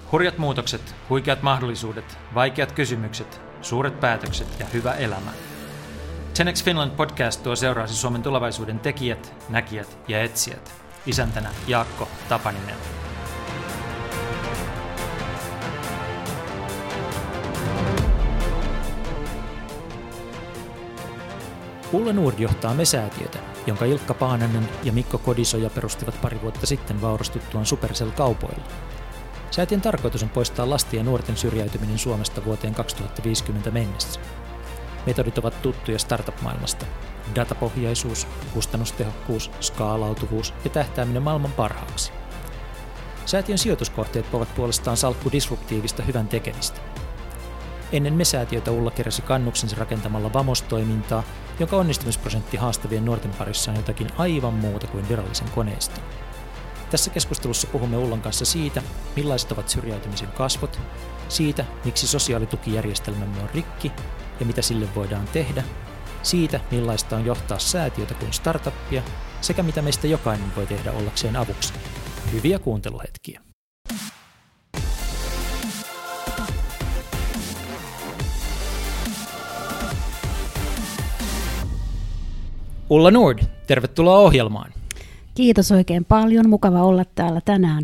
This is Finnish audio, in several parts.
Hurjat muutokset, huikeat mahdollisuudet, vaikeat kysymykset, suuret päätökset ja hyvä elämä. 10X Finland podcast tuo seuraasi Suomen tulevaisuuden tekijät, näkijät ja etsijät. Isäntänä Jaakko Tapaninen. Ulla Nord johtaa Me-säätiötä, jonka Ilkka Paananen ja Mikko Kodisoja perustivat pari vuotta sitten vaurastuttuaan Supercell-kaupoilla. Säätiön tarkoitus on poistaa lasten ja nuorten syrjäytyminen Suomesta vuoteen 2050 mennessä. Metodit ovat tuttuja startup-maailmasta. Datapohjaisuus, kustannustehokkuus, skaalautuvuus ja tähtääminen maailman parhaaksi. Säätiön sijoituskohteet ovat puolestaan salkku disruptiivista hyvän tekemistä. Ennen Me-säätiötä Ulla keräsi kannuksensa rakentamalla Vamos-toimintaa, jonka onnistumisprosentti haastavien nuorten parissa on jotakin aivan muuta kuin virallisen koneiston. Tässä keskustelussa puhumme Ullan kanssa siitä, millaiset ovat syrjäytymisen kasvot, siitä, miksi sosiaalitukijärjestelmämme on rikki ja mitä sille voidaan tehdä, siitä, millaista on johtaa säätiötä kuin startuppia, sekä mitä meistä jokainen voi tehdä ollakseen avuksi. Hyviä kuunteluhetkiä. Ulla Nord, tervetuloa ohjelmaan. Kiitos oikein paljon, mukava olla täällä tänään.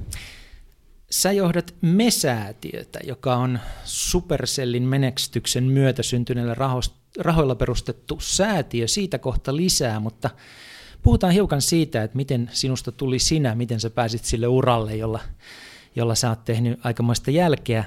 Sä johdat Me-säätiötä, joka on Supercellin menestyksen myötä syntyneillä rahoilla perustettu säätiö. Siitä kohta lisää, mutta puhutaan hiukan siitä, että miten sinusta tuli sinä, miten sä pääsit sille uralle, jolla sä oot tehnyt aikamoista jälkeä.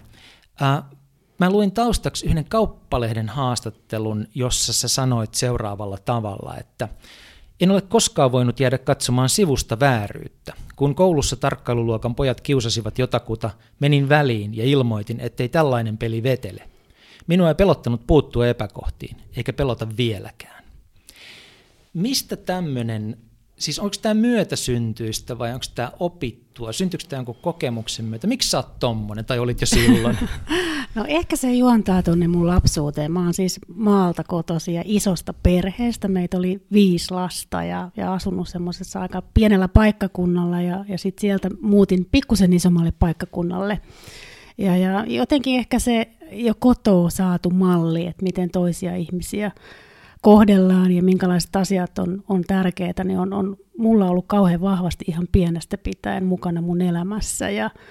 Mä luin taustaksi yhden kauppalehden haastattelun, jossa sä sanoit seuraavalla tavalla, että en ole koskaan voinut jäädä katsomaan sivusta vääryyttä. Kun koulussa tarkkailuluokan pojat kiusasivat jotakuta, menin väliin ja ilmoitin, ettei tällainen peli vetele. Minua ei pelottanut puuttua epäkohtiin, eikä pelota vieläkään. Mistä tämmöinen, siis onko tämä myötäsyntyistä vai onko tämä opittua? Syntyykö tämä jonkun kokemuksen myötä? Miksi sä oot tommonen, tai olit jo silloin? No ehkä se juontaa tuonne mun lapsuuteen. Mä oon siis maalta kotoisin ja isosta perheestä. Meitä oli 5 lasta ja asunut semmoisessa aika pienellä paikkakunnalla ja sitten sieltä muutin pikkusen isommalle paikkakunnalle. Ja jotenkin ehkä se jo kotoa saatu malli, että miten toisia ihmisiä kohdellaan ja minkälaiset asiat on tärkeitä, niin on mulla ollut kauhean vahvasti ihan pienestä pitäen mukana mun elämässä.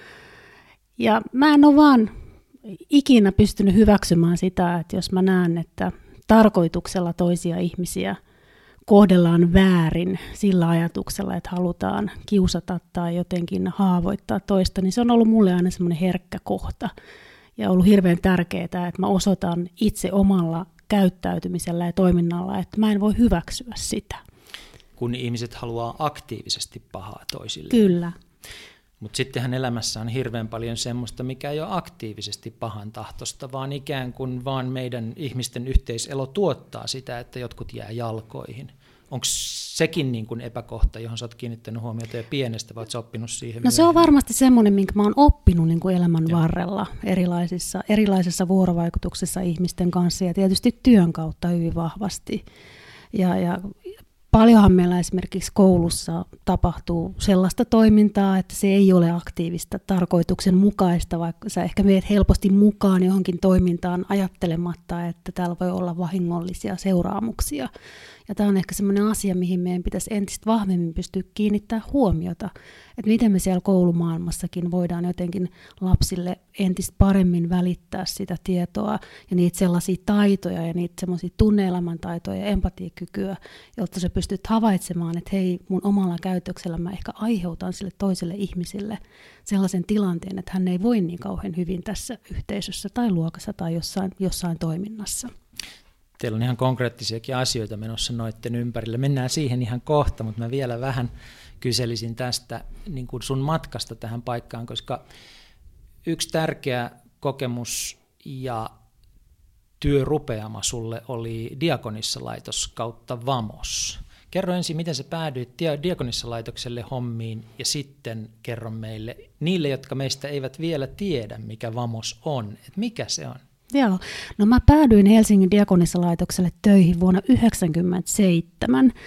Ja mä en ole vaan ikinä pystynyt hyväksymään sitä, että jos mä näen, että tarkoituksella toisia ihmisiä kohdellaan väärin sillä ajatuksella, että halutaan kiusata tai jotenkin haavoittaa toista, niin se on ollut mulle aina semmoinen herkkä kohta. Ja ollut hirveän tärkeää, että mä osoitan itse omalla käyttäytymisellä ja toiminnalla, että mä en voi hyväksyä sitä. Kun ihmiset haluaa aktiivisesti pahaa toisille. Kyllä. Mutta sittenhän elämässä on hirveän paljon semmoista, mikä ei ole aktiivisesti pahan tahtosta, vaan ikään kuin vaan meidän ihmisten yhteiselo tuottaa sitä, että jotkut jää jalkoihin. Onko sekin niin kuin epäkohta, johon sä oot kiinnittänyt huomiota jo pienestä, vai oot sä oppinut siihen? No se on varmasti semmoinen, minkä mä oon oppinut niin kuin elämän varrella erilaisissa vuorovaikutuksissa ihmisten kanssa ja tietysti työn kautta hyvin vahvasti. Ja paljonhan meillä esimerkiksi koulussa tapahtuu sellaista toimintaa, että se ei ole aktiivista, tarkoituksen mukaista, vaikka sä ehkä meet helposti mukaan johonkin toimintaan ajattelematta, että täällä voi olla vahingollisia seuraamuksia. Ja tämä on ehkä semmoinen asia, mihin meidän pitäisi entistä vahvemmin pystyä kiinnittämään huomiota, että miten me siellä koulumaailmassakin voidaan jotenkin lapsille entistä paremmin välittää sitä tietoa ja niitä sellaisia taitoja ja niitä semmoisia tunne-elämän taitoja ja empatiakykyä, jotta sä pystyt havaitsemaan, että hei, mun omalla käytöksellä mä ehkä aiheutan sille toiselle ihmiselle sellaisen tilanteen, että hän ei voi niin kauhean hyvin tässä yhteisössä tai luokassa tai jossain toiminnassa. Teillä on ihan konkreettisiakin asioita menossa noitten ympärille. Mennään siihen ihan kohta, mutta mä vielä vähän kyselisin tästä niin kuin sun matkasta tähän paikkaan, koska yksi tärkeä kokemus ja työrupeama sulle oli Diakonissa-laitos kautta Vamos. Kerro ensin, miten sä päädyit Diakonissa-laitokselle hommiin ja sitten kerro meille, niille, jotka meistä eivät vielä tiedä, mikä Vamos on, että mikä se on. Joo, no mä päädyin Helsingin Diakonissa-laitokselle töihin vuonna 1997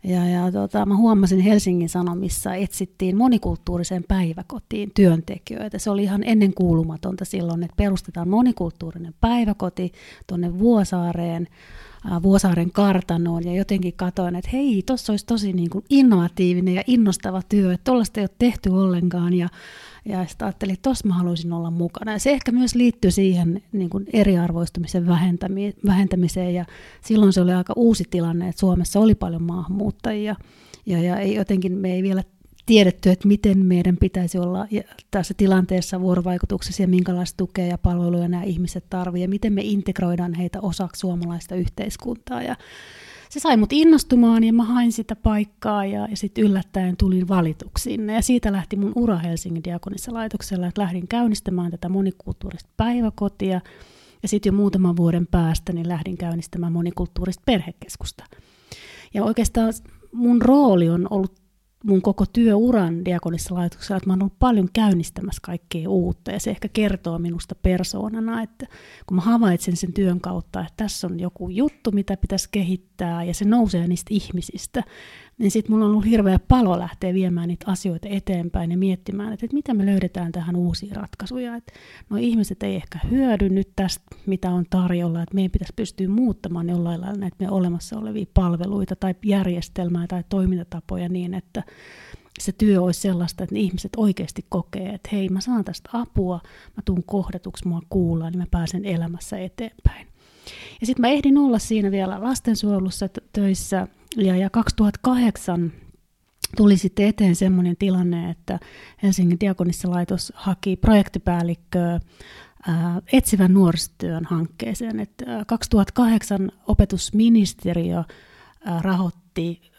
Mä huomasin Helsingin Sanomissa etsittiin monikulttuuriseen päiväkotiin työntekijöitä. Se oli ihan ennenkuulumatonta silloin, että perustetaan monikulttuurinen päiväkoti tuonne Vuosaaren kartanoon, ja jotenkin katsoin, että hei, tuossa olisi tosi niin kuin innovatiivinen ja innostava työ, että tuollaista ei ole tehty ollenkaan, ja sitten ajattelin, että tuossa mä haluaisin olla mukana. Ja se ehkä myös liittyy siihen niin kuin eriarvoistumisen vähentämiseen, ja silloin se oli aika uusi tilanne, että Suomessa oli paljon maahanmuuttajia, ja jotenkin me ei vielä tiedetty, että miten meidän pitäisi olla tässä tilanteessa vuorovaikutuksessa ja minkälaista tukea ja palveluja nämä ihmiset tarvitsevat ja miten me integroidaan heitä osaksi suomalaista yhteiskuntaa. Ja se sai mut innostumaan ja mä hain sitä paikkaa ja sitten yllättäen tulin valituksi sinne. Ja siitä lähti mun ura Helsingin Diakonissalaitoksella, että lähdin käynnistämään tätä monikulttuurista päiväkotia ja sitten jo muutaman vuoden päästä niin lähdin käynnistämään monikulttuurista perhekeskusta. Ja oikeastaan mun rooli on ollut mun koko työuran Diakonissalaitoksella, että mä oon ollut paljon käynnistämässä kaikkea uutta, ja se ehkä kertoo minusta persoonana, että kun mä havaitsen sen työn kautta, että tässä on joku juttu, mitä pitäisi kehittää, ja se nousee niistä ihmisistä, niin sitten mulla on ollut hirveä palo lähteä viemään niitä asioita eteenpäin ja miettimään, että mitä me löydetään tähän uusia ratkaisuja, että nuo ihmiset ei ehkä hyödy nyt tästä, mitä on tarjolla, että meidän pitäisi pystyä muuttamaan jollain lailla näitä meidän olemassa olevia palveluita tai järjestelmää tai toimintatapoja niin, että se työ olisi sellaista, että ne ihmiset oikeasti kokee, että hei, mä saan tästä apua, mä tuun kohdatuksi, mua kuullaan, niin mä pääsen elämässä eteenpäin. Ja sitten mä ehdin olla siinä vielä lastensuojelussa töissä, ja 2008 tuli sitten eteen semmoinen tilanne, että Helsingin Diakonissalaitos haki projektipäällikköä etsivän nuorisotyön hankkeeseen. Et 2008 opetusministeriö rahoitti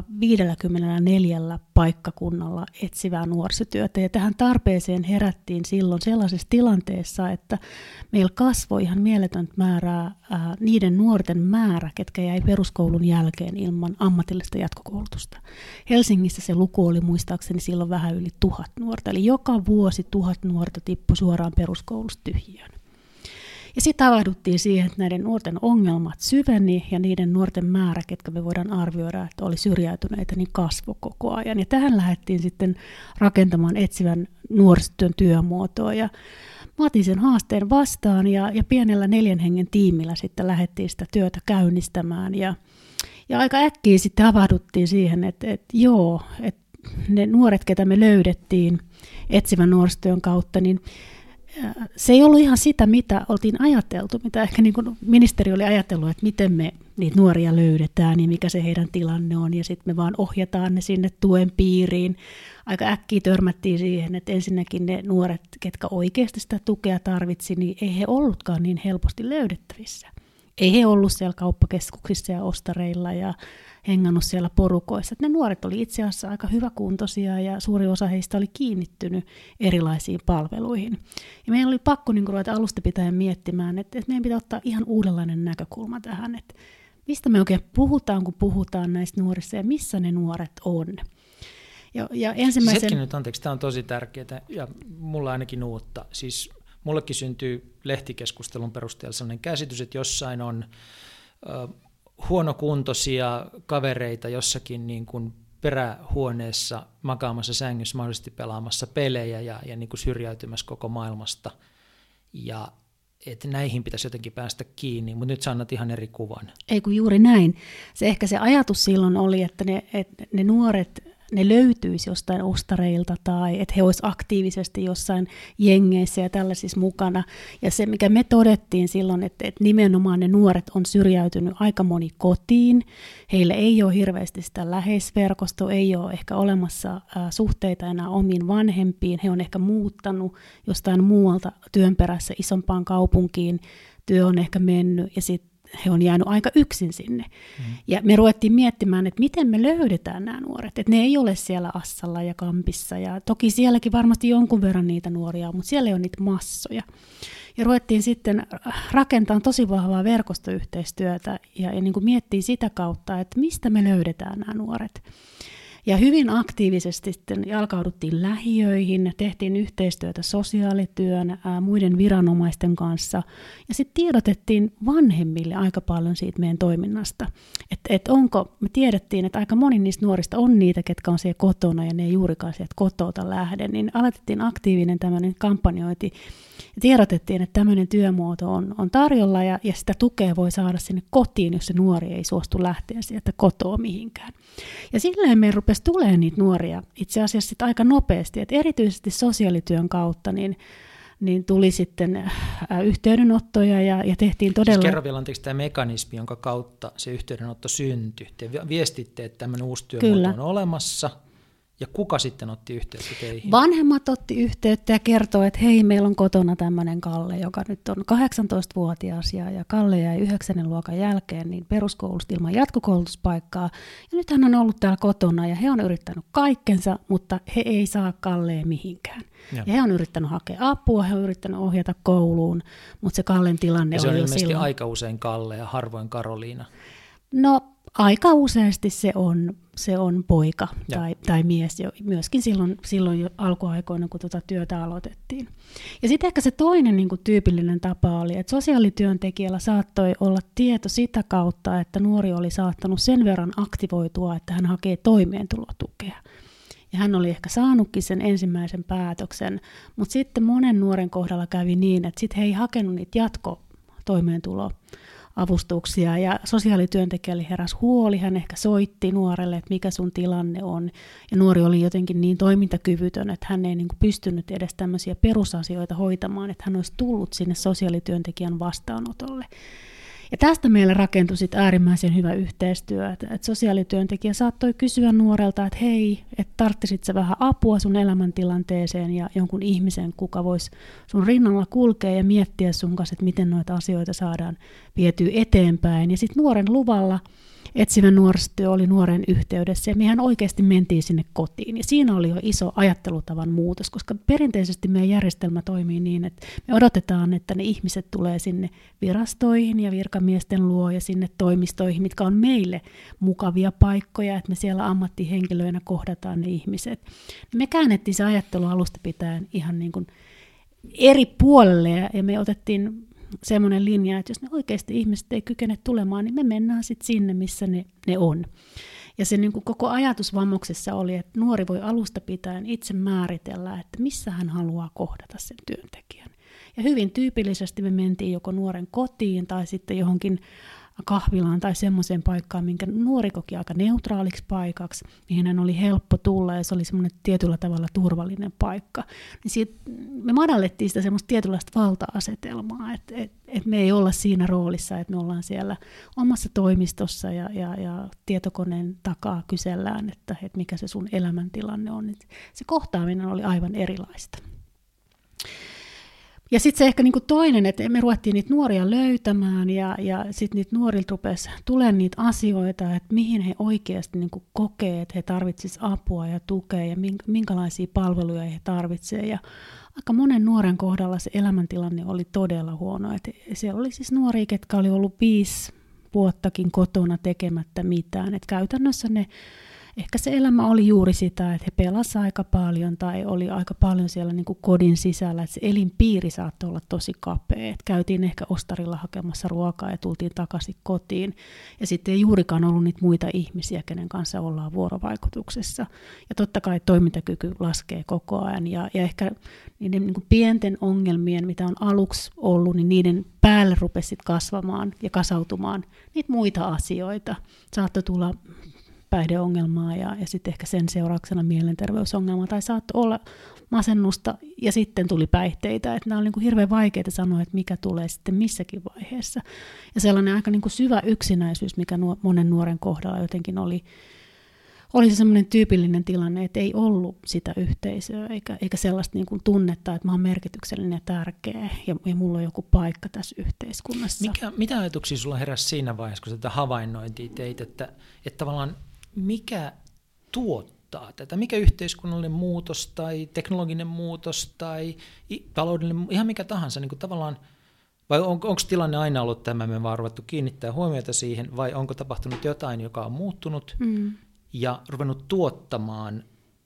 54 paikkakunnalla etsivää nuorisotyötä, ja tähän tarpeeseen herättiin silloin sellaisessa tilanteessa, että meillä kasvoi ihan mieletöntä määrää niiden nuorten määrä, ketkä jäi peruskoulun jälkeen ilman ammatillista jatkokoulutusta. Helsingissä se luku oli muistaakseni silloin vähän yli 1000 nuorta, eli joka vuosi 1000 nuorta tippui suoraan peruskoulusta tyhjiöön. Ja sitten havahduttiin siihen, että näiden nuorten ongelmat syveni ja niiden nuorten määrä, ketkä me voidaan arvioida, että oli syrjäytyneitä, niin kasvoi koko ajan. Ja tähän lähdettiin sitten rakentamaan etsivän nuorisotyön työmuotoa. Ja mä otin sen haasteen vastaan ja pienellä 4 hengen tiimillä sitten lähdettiin sitä työtä käynnistämään. Ja aika äkkiä sitten havahduttiin siihen, että ne nuoret, ketä me löydettiin etsivän nuorisotyön kautta, niin se ei ollut ihan sitä, mitä oltiin ajateltu, mitä ehkä niin kuin ministeri oli ajatellut, että miten me niitä nuoria löydetään, niin mikä se heidän tilanne on, ja sitten me vaan ohjataan ne sinne tuen piiriin. Aika äkkiä törmättiin siihen, että ensinnäkin ne nuoret, ketkä oikeasti sitä tukea tarvitsi, niin ei he ollutkaan niin helposti löydettävissä. Ei he ollut siellä kauppakeskuksissa ja ostareilla ja hengannut siellä porukoissa. Ne nuoret oli itse asiassa aika hyväkuntoisia ja suuri osa heistä oli kiinnittynyt erilaisiin palveluihin. Ja meidän oli pakko ruveta alusta pitäen miettimään, että meidän pitää ottaa ihan uudenlainen näkökulma tähän, että mistä me oikein puhutaan, kun puhutaan näistä nuorista ja missä ne nuoret on. Ja ensimmäisen... Hetken nyt, anteeksi, tämä on tosi tärkeää ja mulla ainakin uutta. Siis mullekin syntyy lehtikeskustelun perusteella sellainen käsitys, että jossain on huonokuntoisia kavereita jossakin niin kuin perähuoneessa makaamassa sängyssä, mahdollisesti pelaamassa pelejä ja niin kuin syrjäytymässä koko maailmasta. Ja että näihin pitäisi jotenkin päästä kiinni, mutta nyt sä annat ihan eri kuvan. Ei kun juuri näin. Ehkä se ajatus silloin oli, että ne nuoret, ne löytyisi jostain ostareilta tai että he olisivat aktiivisesti jossain jengeissä ja tällaisissa mukana. Ja se, mikä me todettiin silloin, että nimenomaan ne nuoret on syrjäytynyt aika moni kotiin. Heillä ei ole hirveästi sitä läheisverkostoa, ei ole ehkä olemassa suhteita enää omiin vanhempiin. He on ehkä muuttanut jostain muualta työn perässä isompaan kaupunkiin. Työ on ehkä mennyt ja sitten he on jäänyt aika yksin sinne. Ja me ruvettiin miettimään, että miten me löydetään nämä nuoret. Että ne ei ole siellä Assalla ja Kampissa. Ja toki sielläkin varmasti jonkun verran niitä nuoria, mutta siellä ei ole niitä massoja. Ja ruvettiin sitten rakentamaan tosi vahvaa verkostoyhteistyötä ja niin kuin miettii sitä kautta, että mistä me löydetään nämä nuoret. Ja hyvin aktiivisesti sitten jalkauduttiin lähiöihin, tehtiin yhteistyötä sosiaalityön, muiden viranomaisten kanssa ja sitten tiedotettiin vanhemmille aika paljon siitä meidän toiminnasta. Me tiedettiin, että aika moni niistä nuorista on niitä, ketkä on siellä kotona ja ne ei juurikaan sieltä kotota lähde, niin aloitettiin aktiivinen tämmöinen kampanjointi ja tiedotettiin, että tämmöinen työmuoto on tarjolla ja sitä tukea voi saada sinne kotiin, jos se nuori ei suostu lähteä sieltä kotoa mihinkään. Ja silleen me rupesi tulemaan niitä nuoria itse asiassa sit aika nopeasti, että erityisesti sosiaalityön kautta niin tuli sitten yhteydenottoja ja tehtiin todella... Siis kerro vielä anteeksi tämä mekanismi, jonka kautta se yhteydenotto syntyi. Te viestitte, että tämmöinen uusi työmuoto on olemassa. Ja kuka sitten otti yhteyttä teihin? Vanhemmat otti yhteyttä ja kertoi, että hei, meillä on kotona tämmöinen Kalle, joka nyt on 18-vuotias ja Kalle jäi 9. luokan jälkeen niin peruskoulusta ilman jatkokoulutuspaikkaa. Ja nyt hän on ollut täällä kotona ja he on yrittänyt kaikkensa, mutta he ei saa Kalleen mihinkään. Ja he on yrittänyt hakea apua, he on yrittänyt ohjata kouluun, mutta se Kallen tilanne on jo silloin. Se on ilmeisesti aika usein Kalle ja harvoin Karoliina. No aika useasti se on poika tai mies jo, myöskin silloin jo alkuaikoina, kun tuota työtä aloitettiin. Ja sitten ehkä se toinen niin kuin tyypillinen tapa oli, että sosiaalityöntekijällä saattoi olla tieto sitä kautta, että nuori oli saattanut sen verran aktivoitua, että hän hakee toimeentulotukea. Ja hän oli ehkä saanutkin sen ensimmäisen päätöksen, mutta sitten monen nuoren kohdalla kävi niin, että sitten he ei hakenut niitä jatkotoimeentuloavustuksia ja sosiaalityöntekijälle heräsi huoli, hän ehkä soitti nuorelle, että mikä sun tilanne on. Ja nuori oli jotenkin niin toimintakyvytön, että hän ei niin kuin pystynyt edes tämmöisiä perusasioita hoitamaan, että hän olisi tullut sinne sosiaalityöntekijän vastaanotolle. Ja tästä meille rakentui sitten äärimmäisen hyvä yhteistyö, että sosiaalityöntekijä saattoi kysyä nuorelta, että hei, että tarvitsit sä vähän apua sun elämäntilanteeseen ja jonkun ihmisen, kuka voisi sun rinnalla kulkea ja miettiä sun kanssa, että miten noita asioita saadaan vietyä eteenpäin. Ja sitten nuoren luvalla etsivä nuorisotyö oli nuoren yhteydessä ja mehän oikeasti mentiin sinne kotiin. Ja siinä oli jo iso ajattelutavan muutos, koska perinteisesti meidän järjestelmä toimii niin, että me odotetaan, että ne ihmiset tulee sinne virastoihin ja virkamiesten luo ja sinne toimistoihin, mitkä on meille mukavia paikkoja, että me siellä ammattihenkilöinä kohdataan ne ihmiset. Me käännettiin se ajattelu alusta pitäen ihan niin kuin eri puolelle ja me otettiin semmoinen linja, että jos ne oikeasti ihmiset ei kykene tulemaan, niin me mennään sitten sinne, missä ne on. Ja se niin kuin koko ajatus Vammoksessa oli, että nuori voi alusta pitäen itse määritellä, että missä hän haluaa kohdata sen työntekijän. Ja hyvin tyypillisesti me mentiin joko nuoren kotiin tai sitten johonkin kahvilaan tai semmoiseen paikkaan, minkä nuori koki aika neutraaliksi paikaksi, mihin hän oli helppo tulla ja se oli semmoinen tietyllä tavalla turvallinen paikka. Niin me madallettiin sitä semmoista tietynlaista valta-asetelmaa, että me ei olla siinä roolissa, että me ollaan siellä omassa toimistossa ja tietokoneen takaa kysellään, että mikä se sun elämäntilanne on. Se kohtaaminen oli aivan erilaista. Ja sitten se ehkä niinku toinen, että me ruvettiin niitä nuoria löytämään ja sitten niitä nuorilta rupesi tulemaan niitä asioita, että mihin he oikeasti niinku kokee, että he tarvitsisivat apua ja tukea ja minkälaisia palveluja he tarvitsevat. Ja aika monen nuoren kohdalla se elämäntilanne oli todella huono. Et siellä oli siis nuoria, ketkä oli ollut 5 vuottakin kotona tekemättä mitään. Et käytännössä ehkä se elämä oli juuri sitä, että he pelasivat aika paljon tai oli aika paljon siellä niin kuin kodin sisällä, että se elinpiiri saattoi olla tosi kapea. Että käytiin ehkä ostarilla hakemassa ruokaa ja tultiin takaisin kotiin. Ja sitten ei juurikaan ollut niitä muita ihmisiä, kenen kanssa ollaan vuorovaikutuksessa. Ja totta kai toimintakyky laskee koko ajan. Ja ehkä niiden niin kuin pienten ongelmien, mitä on aluksi ollut, niin niiden päälle rupesi kasvamaan ja kasautumaan niitä muita asioita. Saattoi tulla päihdeongelmaa ja sitten ehkä sen seurauksena mielenterveysongelmaa, tai saattoi olla masennusta ja sitten tuli päihteitä. Että nämä on niin kuin hirveän vaikeaa sanoa, että mikä tulee sitten missäkin vaiheessa. Ja sellainen aika niin kuin syvä yksinäisyys, mikä monen nuoren kohdalla jotenkin oli se sellainen tyypillinen tilanne, että ei ollut sitä yhteisöä eikä sellaista niin kuin tunnetta, että mä oon merkityksellinen ja tärkeä ja mulla on joku paikka tässä yhteiskunnassa. Mitä ajatuksia sulla heräsi siinä vaiheessa, kun tätä havainnointia teit, että tavallaan mikä tuottaa tätä, mikä yhteiskunnallinen muutos tai teknologinen muutos tai taloudellinen, ihan mikä tahansa, niin kuin tavallaan, vai onko tilanne aina ollut tämä, me vaan ruvettu kiinnittää huomiota siihen, vai onko tapahtunut jotain, joka on muuttunut, ja ruvennut tuottamaan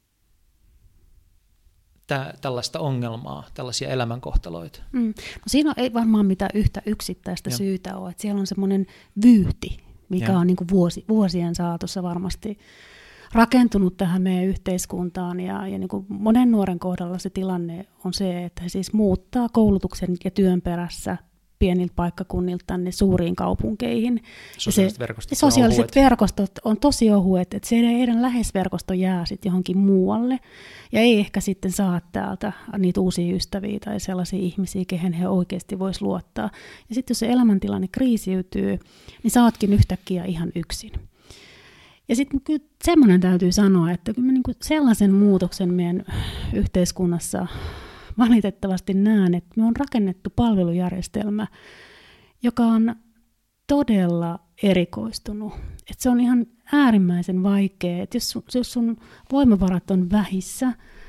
tällaista ongelmaa, tällaisia elämänkohtaloita. No siinä ei varmaan mitään yhtä yksittäistä syytä ole. Että siellä on semmoinen vyyhti, mikä on niin kuin vuosien saatossa varmasti rakentunut tähän meidän yhteiskuntaan. Ja niin kuin monen nuoren kohdalla se tilanne on se, että he siis muuttaa koulutuksen ja työn perässä pieniltä paikkakunnilta tänne suuriin kaupunkeihin. Sosiaaliset verkostot on tosi ohuet, että se heidän läheisverkosto jää sitten johonkin muualle ja ei ehkä sitten saa täältä niitä uusia ystäviä tai sellaisia ihmisiä, kehen he oikeasti vois luottaa. Ja sitten jos se elämäntilanne kriisiytyy, niin sä ootkin yhtäkkiä ihan yksin. Ja sitten kyllä semmoinen täytyy sanoa, että kyllä mä niinku sellaisen muutoksen meidän yhteiskunnassa valitettavasti näen, että me on rakennettu palvelujärjestelmä, joka on todella erikoistunut. Että se on ihan äärimmäisen vaikea, että jos sun voimavarat on vähissä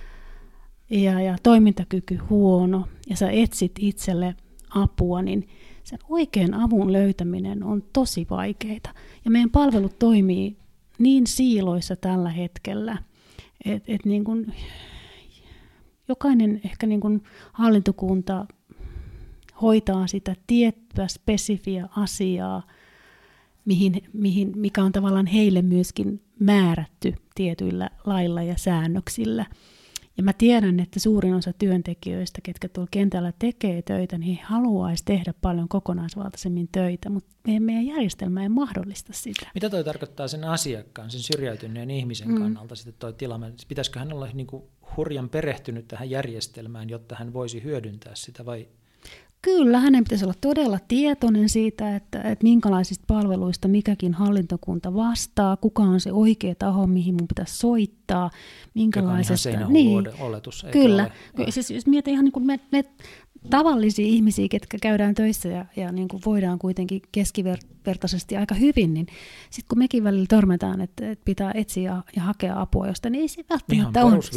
ja toimintakyky huono ja sä etsit itselle apua, niin sen oikean avun löytäminen on tosi vaikeaa. Ja meidän palvelut toimii niin siiloissa tällä hetkellä, että niin kuin jokainen ehkä niin kuin hallintokunta hoitaa sitä tiettyä spesifiä asiaa, mikä on tavallaan heille myöskin määrätty tietyillä lailla ja säännöksillä. Ja mä tiedän, että suurin osa työntekijöistä, ketkä tuolla kentällä tekee töitä, niin he haluaisi tehdä paljon kokonaisvaltaisemmin töitä, mutta meidän järjestelmä ei mahdollista sitä. Mitä toi tarkoittaa sen asiakkaan, sen syrjäytyneen ihmisen kannalta sitten toi tilanne? Pitäisikö hän olla niin kuin hurjan perehtynyt tähän järjestelmään, jotta hän voisi hyödyntää sitä vai? Kyllä, hänen pitäisi olla todella tietoinen siitä, että minkälaisista palveluista mikäkin hallintokunta vastaa, kuka on se oikea taho, mihin mun pitäisi soittaa, minkälaisesta. Joka on ihan oletus. Kyllä, siis jos mietin ihan niin kuin me tavallisia ihmisiä, ketkä käydään töissä ja niin kuin voidaan kuitenkin keskivertaisesti aika hyvin, niin sitten kun mekin välillä törmätään, että pitää etsiä ja hakea apua jostain, niin ei se välttämättä ole.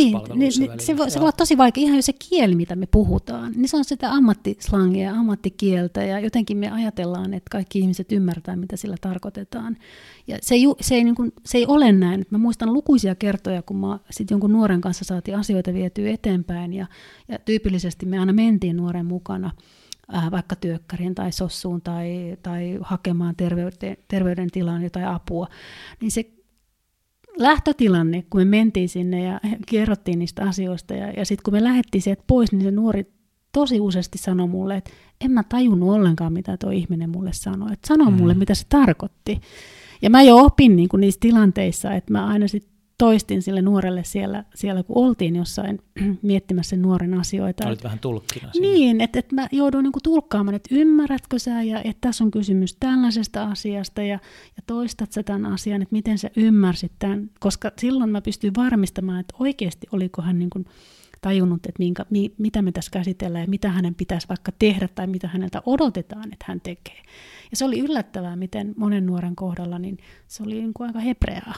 Se voi olla tosi vaikea, ihan jo se kieli, mitä me puhutaan, niin se on sitä ammattislangia ja ammattikieltä, ja jotenkin me ajatellaan, että kaikki ihmiset ymmärtää, mitä sillä tarkoitetaan. Ja se ei ole näin. Mä muistan lukuisia kertoja, kun mä sit jonkun nuoren kanssa saatiin asioita vietyä eteenpäin, ja tyypillisesti me aina mentiin nuoren mukana vaikka työkkäriin tai sossuun tai hakemaan terveydentilaan jotain apua, niin se lähtötilanne, kun me mentiin sinne ja kerrottiin niistä asioista ja sitten kun me lähdettiin sieltä pois, niin se nuori tosi useasti sanoi mulle, että en mä tajunnut ollenkaan, mitä tuo ihminen mulle sanoi, että sano mulle, mitä se tarkoitti. Ja mä jo opin niin kuin niissä tilanteissa, että mä aina sitten toistin sille nuorelle siellä, kun oltiin jossain miettimässä sen nuoren asioita. Olit vähän tulkkina siinä. Niin, että mä jouduin niinku tulkkaamaan, että ymmärrätkö sä, ja että tässä on kysymys tällaisesta asiasta, ja toistat sä tämän asian, että miten sä ymmärsit tämän, koska silloin mä pystyin varmistamaan, että oikeasti oliko hän niinku tajunnut, että mitä me tässä käsitellään, ja mitä hänen pitäisi vaikka tehdä, tai mitä häneltä odotetaan, että hän tekee. Ja se oli yllättävää, miten monen nuoren kohdalla, niin se oli niinku aika hepreaa,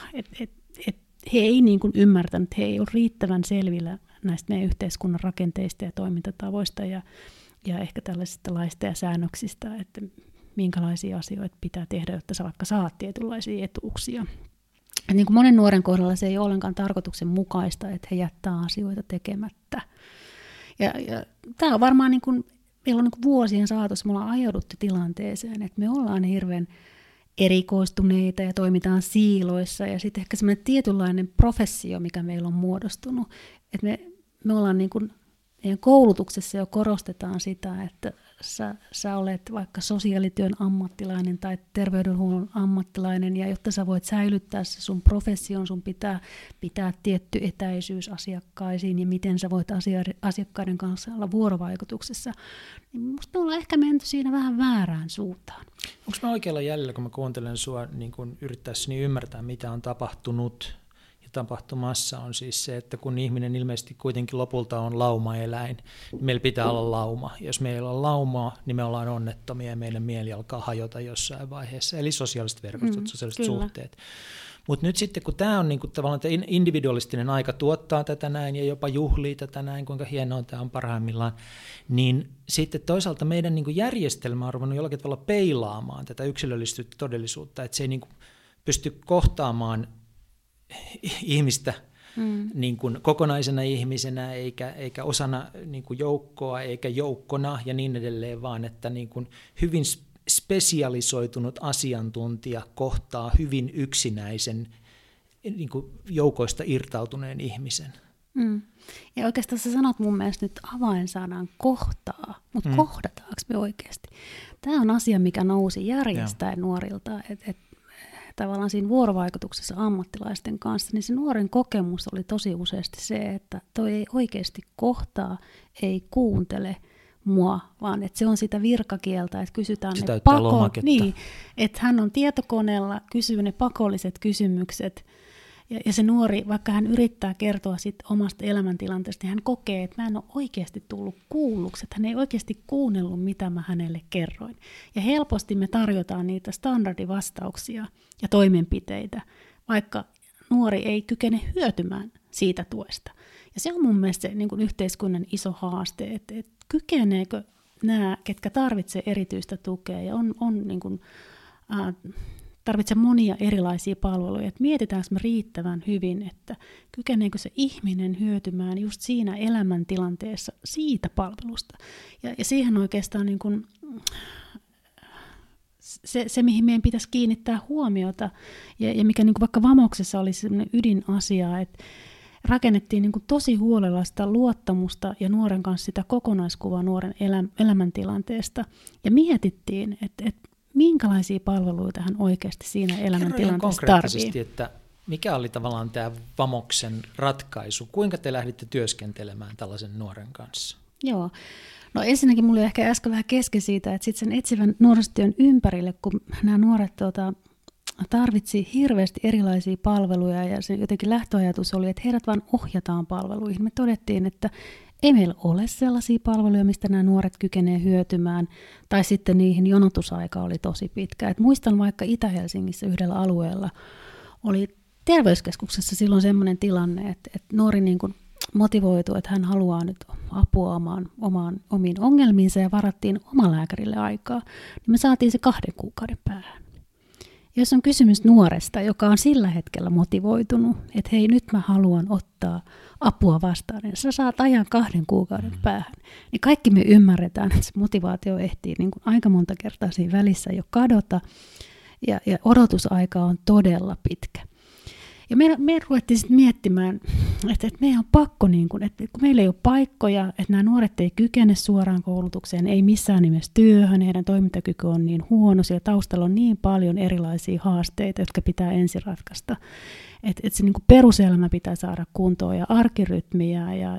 he ei niin kuin ymmärtänyt, he ei ole riittävän selvillä näistä meidän yhteiskunnan rakenteista ja toimintatavoista ja ehkä tällaisista laista ja säännöksistä, että minkälaisia asioita pitää tehdä, jotta sä vaikka saat tietynlaisia etuuksia. Ja niin kuin monen nuoren kohdalla se ei ole ollenkaan tarkoituksenmukaista, että he jättää asioita tekemättä. Ja tämä on varmaan, niin kuin, meillä on niin kuin vuosien saatossa, me ollaan ajauduttu tilanteeseen, että me ollaan hirveän erikoistuneita ja toimitaan siiloissa ja sitten ehkä semmoinen tietynlainen professio, mikä meillä on muodostunut, että me ollaan niin kuin, meidän koulutuksessa jo korostetaan sitä, että sä olet vaikka sosiaalityön ammattilainen tai terveydenhuollon ammattilainen ja jotta sä voit säilyttää se sun profession, sun pitää tietty etäisyys asiakkaisiin ja miten sä voit asiakkaiden kanssa olla vuorovaikutuksessa, niin musta me ollaan ehkä menty siinä vähän väärään suuntaan. Onko mä oikealla jäljellä, kun mä kuuntelen sua niin kun yrittäessäni ymmärtää, mitä on tapahtunut ja tapahtumassa on siis se, että kun ihminen ilmeisesti kuitenkin lopulta on laumaeläin, niin meillä pitää olla lauma. Jos meillä on laumaa, niin me ollaan onnettomia ja meidän mieli alkaa hajota jossain vaiheessa. Eli sosiaaliset verkostot, sosiaaliset suhteet. Mutta nyt sitten, kun tämä on niinku tavallaan individualistinen aika tuottaa tätä näin ja jopa juhlii tätä näin, kuinka hienoa tämä on parhaimmillaan, niin sitten toisaalta meidän niinku järjestelmä on ruvennut jollakin tavalla peilaamaan tätä yksilöllisyyttä todellisuutta, että se ei niinku pysty kohtaamaan ihmistä niin kuin kokonaisena ihmisenä eikä osana niin kuin joukkoa eikä joukkona ja niin edelleen, vaan että niin kuin hyvin spesialisoitunut asiantuntija kohtaa hyvin yksinäisen niin kuin joukoista irtautuneen ihmisen. Ja oikeastaan sä sanot mun mielestä nyt avainsanan kohtaa, mutta kohdataanko me oikeasti? Tämä on asia, mikä nousi järjestäen nuorilta, että tavallaan siinä vuorovaikutuksessa ammattilaisten kanssa, niin se nuoren kokemus oli tosi useasti se, että toi ei oikeasti kohtaa, ei kuuntele mua, vaan että se on sitä virkakieltä, että kysytään se ne niin, että hän on tietokoneella, kysyy ne pakolliset kysymykset, ja se nuori, vaikka hän yrittää kertoa sit omasta elämäntilanteesta, niin hän kokee, että mä en ole oikeasti tullut kuulluksi, että hän ei oikeasti kuunnellut, mitä mä hänelle kerroin. Ja helposti me tarjotaan niitä standardivastauksia ja toimenpiteitä, vaikka nuori ei kykene hyötymään siitä tuesta. Ja se on mun mielestä se niin kuin yhteiskunnan iso haaste, että kykeneekö nämä, ketkä tarvitsevat erityistä tukea ja on niin kuin, tarvitsee monia erilaisia palveluja, että mietitäänkö me riittävän hyvin, että kykeneekö se ihminen hyötymään just siinä elämäntilanteessa siitä palvelusta. Ja siihen oikeastaan niin kuin se, mihin meidän pitäisi kiinnittää huomiota, ja mikä niin kuin vaikka Vamoksessa oli sellainen ydinasia, että rakennettiin niin kuin tosi huolella sitä luottamusta ja nuoren kanssa sitä kokonaiskuvaa nuoren elämäntilanteesta, ja mietittiin, että minkälaisia palveluita hän oikeasti siinä elämäntilanteessa tarvitsee. Että mikä oli tavallaan tämä Vamoksen ratkaisu? Kuinka te lähditte työskentelemään tällaisen nuoren kanssa? Joo. No ensinnäkin mulla oli ehkä äsken vähän kesken siitä, että sitten sen etsivän nuorisotyön ympärille, kun nämä nuoret tarvitsi hirveästi erilaisia palveluja, ja se jotenkin lähtöajatus oli, että heidät vaan ohjataan palveluihin. Me todettiin, että ei meillä ole sellaisia palveluja, mistä nämä nuoret kykenee hyötymään, tai sitten niihin jonotusaika oli tosi pitkä. Et muistan vaikka Itä-Helsingissä yhdellä alueella oli terveyskeskuksessa silloin sellainen tilanne, että nuori niin kuin motivoitu, että hän haluaa nyt apua omiin ongelmiinsa ja varattiin omalääkärille aikaa, niin me saatiin se 2 kuukauden päähän. Jos on kysymys nuoresta, joka on sillä hetkellä motivoitunut, että hei, nyt mä haluan ottaa apua vastaan, niin sä saat ajan 2 kuukauden päähän, niin kaikki me ymmärretään, että se motivaatio ehtii niin kuin aika monta kertaa siinä välissä jo kadota, ja odotusaika on todella pitkä. Ja me ruvettiin sitten miettimään, että meidän on pakko, niin kun, että kun meillä ei ole paikkoja, että nämä nuoret ei kykene suoraan koulutukseen, ei missään nimessä työhön, heidän toimintakyky on niin huono, siellä taustalla on niin paljon erilaisia haasteita, jotka pitää ensin ratkaista. Että se niin kun peruselämä pitää saada kuntoon ja arkirytmiä ja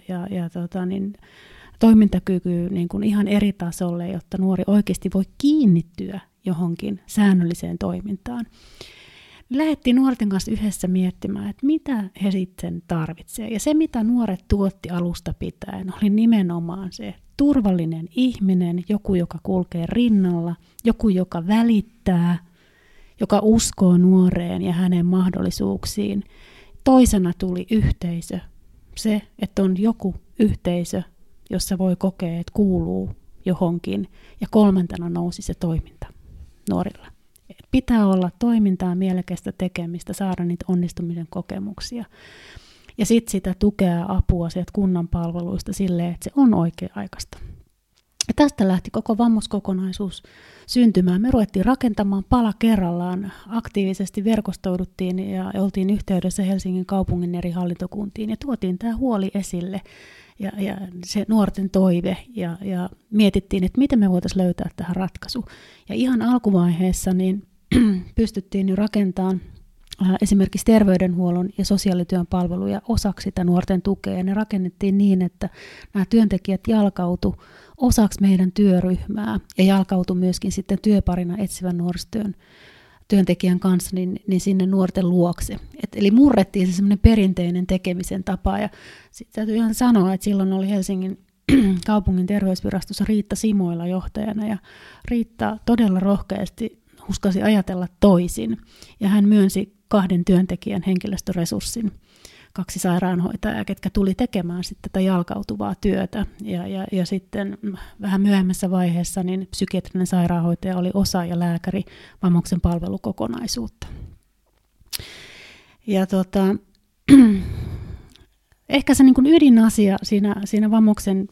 toimintakyky niin kun ihan eri tasolle, jotta nuori oikeasti voi kiinnittyä johonkin säännölliseen toimintaan. Lähdettiin nuorten kanssa yhdessä miettimään, että mitä he sitten tarvitsevat. Ja se, mitä nuoret tuotti alusta pitäen, oli nimenomaan se turvallinen ihminen, joku, joka kulkee rinnalla, joku, joka välittää, joka uskoo nuoreen ja hänen mahdollisuuksiin. Toisena tuli yhteisö, se, että on joku yhteisö, jossa voi kokea, että kuuluu johonkin. Ja 3. nousi se toiminta nuorilla. Pitää olla toimintaa, mielekästä tekemistä, saada niitä onnistumisen kokemuksia. Ja sitten sitä tukea apua sieltä kunnan palveluista silleen, että se on oikea-aikaista. Ja tästä lähti koko vammoskokonaisuus syntymään. Me ruvettiin rakentamaan pala kerrallaan, aktiivisesti verkostoiduttiin ja oltiin yhteydessä Helsingin kaupungin eri hallintokuntiin ja tuotiin tämä huoli esille ja se nuorten toive ja mietittiin, että miten me voitaisiin löytää tähän ratkaisu. Ja ihan alkuvaiheessa niin pystyttiin jo rakentamaan esimerkiksi terveydenhuollon ja sosiaalityön palveluja osaksi sitä nuorten tukea. Ja ne rakennettiin niin, että nämä työntekijät jalkautu osaksi meidän työryhmää ja jalkautu myöskin sitten työparina etsivän nuorisotyön työntekijän kanssa niin sinne nuorten luokse. Eli murrettiin se semmoinen perinteinen tekemisen tapa. Ja sitten täytyy ihan sanoa, että silloin oli Helsingin kaupungin terveysvirastossa Riitta Simoila johtajana ja Riitta todella rohkeasti uskasi ajatella toisin. Ja hän myönsi 2 työntekijän henkilöstöresurssin, 2 sairaanhoitajaa, ketkä tuli tekemään sitten tätä jalkautuvaa työtä. Ja sitten vähän myöhemmässä vaiheessa niin psykiatrinen sairaanhoitaja oli osa ja lääkäri Vamoksen palvelukokonaisuutta. Ja ehkä se niin kuin ydinasia siinä Vamoksen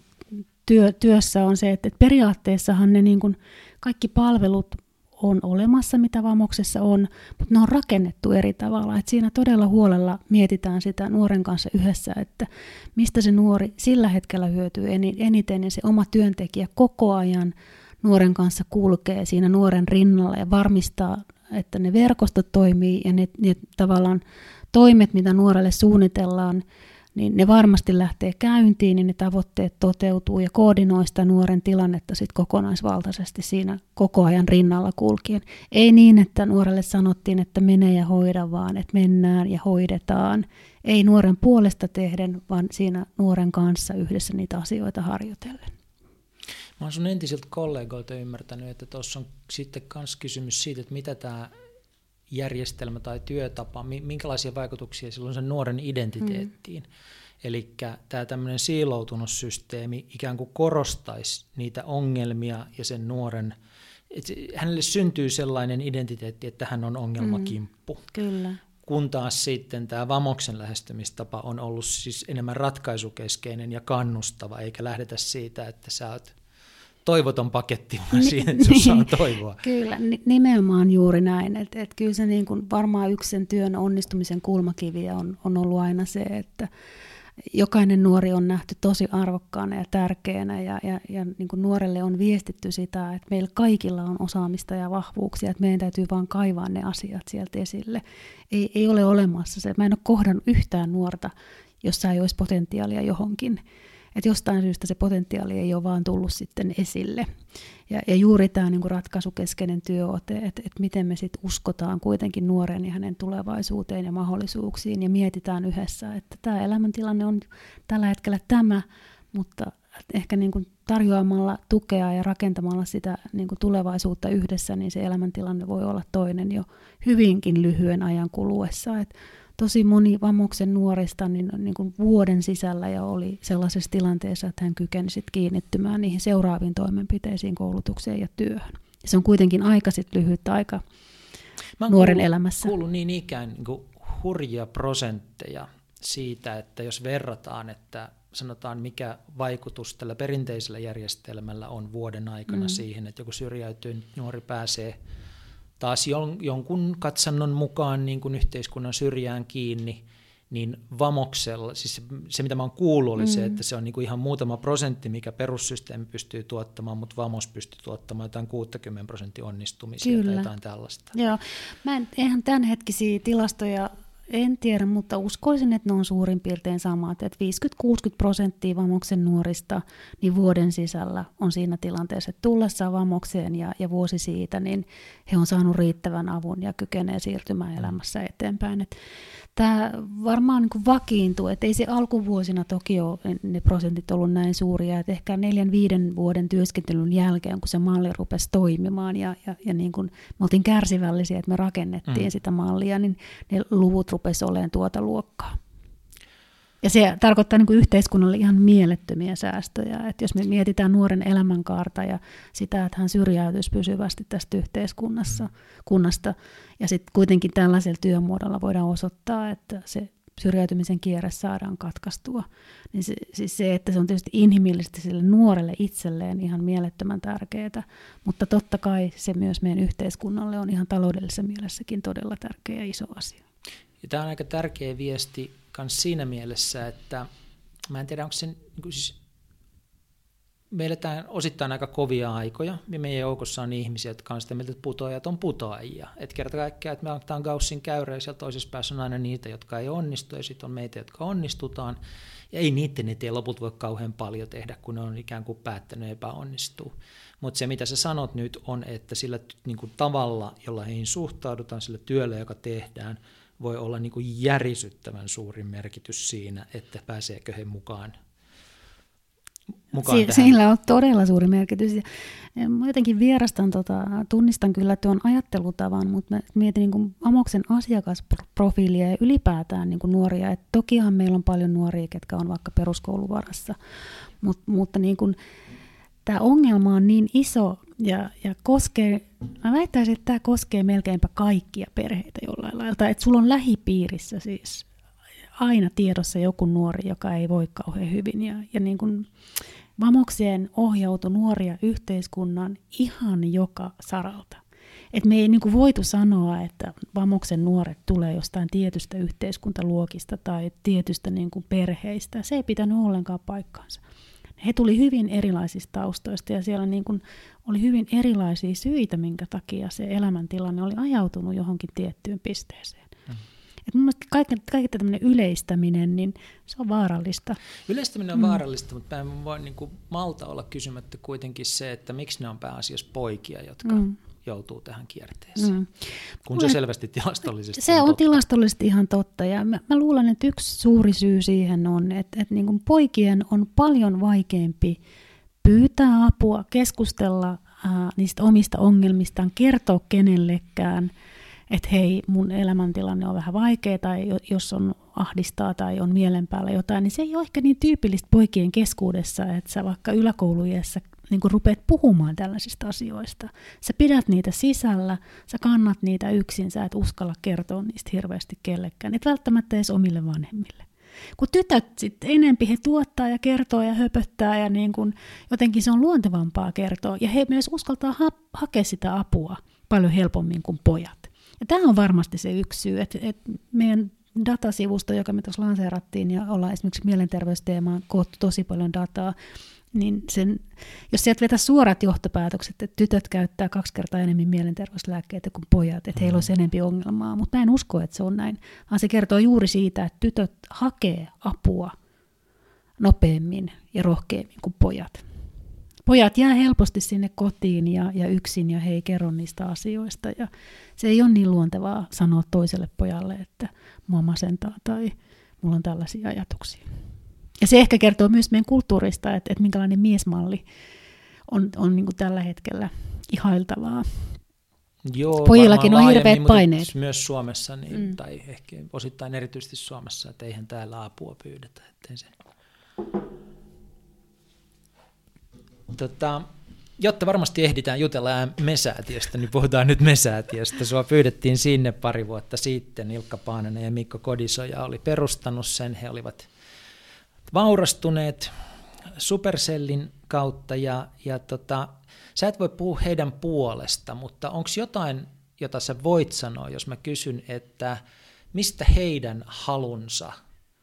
työssä on se, että periaatteessahan ne niin kuin kaikki palvelut on olemassa, mitä Vamoksessa on, mutta ne on rakennettu eri tavalla. Et siinä todella huolella mietitään sitä nuoren kanssa yhdessä, että mistä se nuori sillä hetkellä hyötyy eniten, ja se oma työntekijä koko ajan nuoren kanssa kulkee siinä nuoren rinnalla ja varmistaa, että ne verkostot toimii ja ne tavallaan toimet, mitä nuorelle suunnitellaan, niin ne varmasti lähtee käyntiin, niin ne tavoitteet toteutuu ja koordinoi sitä nuoren tilannetta sit kokonaisvaltaisesti siinä koko ajan rinnalla kulkien. Ei niin, että nuorelle sanottiin, että mene ja hoida, vaan että mennään ja hoidetaan. Ei nuoren puolesta tehden, vaan siinä nuoren kanssa yhdessä niitä asioita harjoitellen. Mä oon sun entisiltä kollegoilta ymmärtänyt, että tuossa on sitten myös kysymys siitä, että mitä tämä järjestelmä tai työtapa, minkälaisia vaikutuksia sillä on sen nuoren identiteettiin. Eli tämä tämmöinen siiloutunut systeemi ikään kuin korostaisi niitä ongelmia ja sen nuoren, että hänelle syntyy sellainen identiteetti, että hän on ongelmakimppu. Kyllä. Kun taas sitten tämä Vamoksen lähestymistapa on ollut siis enemmän ratkaisukeskeinen ja kannustava, eikä lähdetä siitä, että sä oot toivoton paketti, vaan siihen, että sussa on toivoa. Kyllä, nimenomaan juuri näin. Että kyllä se niin kuin varmaan yksi sen työn onnistumisen kulmakiviä on ollut aina se, että jokainen nuori on nähty tosi arvokkaana ja tärkeänä, ja niin kuin nuorelle on viestitty sitä, että meillä kaikilla on osaamista ja vahvuuksia, että meidän täytyy vaan kaivaa ne asiat sieltä esille. Ei ole olemassa se. Mä en ole kohdannut yhtään nuorta, jossa ei olisi potentiaalia johonkin. Että jostain syystä se potentiaali ei ole vaan tullut sitten esille. Ja juuri tämä niin kuin ratkaisukeskeinen työote, että miten me sitten uskotaan kuitenkin nuoren ja hänen tulevaisuuteen ja mahdollisuuksiin ja mietitään yhdessä, että tämä elämäntilanne on tällä hetkellä tämä, mutta ehkä niin kuin tarjoamalla tukea ja rakentamalla sitä niin kuin tulevaisuutta yhdessä, niin se elämäntilanne voi olla toinen jo hyvinkin lyhyen ajan kuluessa. Että tosi moni Vamoksen nuorista niin kuin vuoden sisällä jo oli sellaisessa tilanteessa, että hän kykeni sit kiinnittymään niihin seuraaviin toimenpiteisiin, koulutukseen ja työhön. Ja se on kuitenkin aika lyhyt aika nuoren elämässä. Mä oon kuullut niin ikään niin kuin hurjia prosentteja siitä, että jos verrataan, että sanotaan mikä vaikutus tällä perinteisellä järjestelmällä on vuoden aikana siihen, että joku syrjäytynyt nuori pääsee taas jonkun katsannon mukaan niin kuin yhteiskunnan syrjään kiinni, niin Vamoksella, siis se mitä mä oon kuullut oli se, että se on niin kuin ihan muutama prosentti, mikä perussysteemi pystyy tuottamaan, mutta Vamos pystyy tuottamaan jotain 60% onnistumisia. Kyllä. Tai jotain tällaista. Joo, eihän tämänhetkisiä tilastoja en tiedä, mutta uskoisin, että ne on suurin piirtein samat, että 50-60% Vamoksen nuorista niin vuoden sisällä on siinä tilanteessa, että tullessaan Vamokseen ja vuosi siitä, niin he on saanut riittävän avun ja kykenee siirtymään elämässä eteenpäin. Että tämä varmaan niin kuin vakiintuu, että ei se alkuvuosina toki ole ne prosentit ollut näin suuria, että ehkä 4-5 vuoden työskentelyn jälkeen, kun se malli rupesi toimimaan ja niin kuin me oltiin kärsivällisiä, että me rakennettiin sitä mallia, niin ne luvut rupesi olemaan tuota luokkaa. Ja se tarkoittaa niin kuin yhteiskunnalle ihan mielettömiä säästöjä, että jos me mietitään nuoren elämänkaarta ja sitä, että hän syrjäytyisi pysyvästi tästä yhteiskunnasta, ja sitten kuitenkin tällaisella työmuodolla voidaan osoittaa, että se syrjäytymisen kierre saadaan katkaistua, niin se, että se on tietysti inhimillisesti sille nuorelle itselleen ihan mielettömän tärkeää, mutta totta kai se myös meidän yhteiskunnalle on ihan taloudellisessa mielessäkin todella tärkeä ja iso asia. Ja tämä on aika tärkeä viesti myös siinä mielessä, että mä en tiedä, onko se, niin siis, me eletään osittain aika kovia aikoja, ja meidän joukossa on ihmisiä, jotka on sitä mieltä, että putoajat on putoajia. Että kerta kaikkiaan, että me otetaan Gaussin käyrä, ja siellä toisessa päässä on aina niitä, jotka ei onnistu, ja sitten on meitä, jotka onnistutaan, ja ei niiden eteen loput voi kauhean paljon tehdä, kun ne on ikään kuin päättänyt epäonnistua. Mutta se, mitä sä sanot nyt, on, että sillä niin kuin tavalla, jolla heihin suhtaudutaan, sillä työllä, joka tehdään, voi olla niin kuin järisyttävän suuri merkitys siinä, että pääseekö he mukaan tähän. Sillä on todella suuri merkitys. Mä jotenkin tunnistan kyllä tuon ajattelutavan, mutta mä mietin niin kuin Vamoksen asiakasprofiilia ja ylipäätään niin kuin nuoria. Et tokihan meillä on paljon nuoria, ketkä on vaikka peruskouluvarassa, mutta niin kuin tämä ongelma on niin iso ja koskee, mä väittäisin, että tämä koskee melkeinpä kaikkia perheitä jollain lailla. Että sulla on lähipiirissä siis aina tiedossa joku nuori, joka ei voi kauhean hyvin. Ja niin kuin Vamokseen ohjautui nuoria yhteiskunnan ihan joka saralta. Et me ei niin kuin voitu sanoa, että Vamoksen nuoret tulee jostain tietystä yhteiskuntaluokista tai tietystä niin kuin perheistä. Se ei pitänyt ollenkaan paikkaansa. He tuli hyvin erilaisista taustoista ja siellä niin kuin oli hyvin erilaisia syitä, minkä takia se elämäntilanne oli ajautunut johonkin tiettyyn pisteeseen. Et mun mielestä kaikki tämmöinen yleistäminen, niin se on vaarallista. Yleistäminen on vaarallista, mutta mä en voi niin kuin malta olla kysymättä kuitenkin se, että miksi ne on pääasiassa poikia, jotka joutuu tähän kierteeseen. Kun se selvästi tilastollisesti se on totta. Tilastollisesti ihan totta. Ja mä luulen, että yksi suuri syy siihen on, että niin kuin poikien on paljon vaikeampi pyytää apua, keskustella niistä omista ongelmistaan, kertoa kenellekään, että hei, mun elämäntilanne on vähän vaikea, tai jos on ahdistaa tai on mielen päällä jotain, niin se ei ole ehkä niin tyypillistä poikien keskuudessa, että sä vaikka yläkouluiässä niin kun rupeat puhumaan tällaisista asioista. Sä pidät niitä sisällä, sä kannat niitä yksin, sä et uskalla kertoa niistä hirveästi kellekään, et välttämättä edes omille vanhemmille. Kun tytöt sitten enempi he tuottaa ja kertoo ja höpöttää ja niin kun, jotenkin se on luontevampaa kertoa ja he myös uskaltaa hakea sitä apua paljon helpommin kuin pojat. Ja tämä on varmasti se yksi syy, että meidän datasivusto, joka me tuossa lanseerattiin ja ollaan esimerkiksi mielenterveysteemaan koottu tosi paljon dataa, niin jos sieltä vetää suorat johtopäätökset, että tytöt käyttää 2 kertaa enemmän mielenterveyslääkkeitä kuin pojat, että heillä olisi enemmän ongelmaa, mutta mä en usko, että se on näin, vaan se kertoo juuri siitä, että tytöt hakee apua nopeammin ja rohkeammin kuin pojat. Pojat jää helposti sinne kotiin ja yksin ja he ei kerro niistä asioista ja se ei ole niin luontevaa sanoa toiselle pojalle, että mua masentaa tai mulla on tällaisia ajatuksia. Ja se ehkä kertoo myös meidän kulttuurista, että minkälainen miesmalli on niin kuin tällä hetkellä ihailtavaa. Joo, pojillakin on hirveät paineet. Myös Suomessa, niin, tai ehkä osittain erityisesti Suomessa, että eihän täällä apua pyydetä. Se. Jotta varmasti ehditään jutella Me-säätiöstä, niin puhutaan nyt Me-säätiöstä. Sua pyydettiin sinne pari vuotta sitten. Ilkka Paananen ja Mikko Kodisoja oli perustanut sen. He olivat vaurastuneet Supercellin kautta ja sä et voi puhua heidän puolesta, mutta onko jotain, jota sä voit sanoa, jos mä kysyn, että mistä heidän halunsa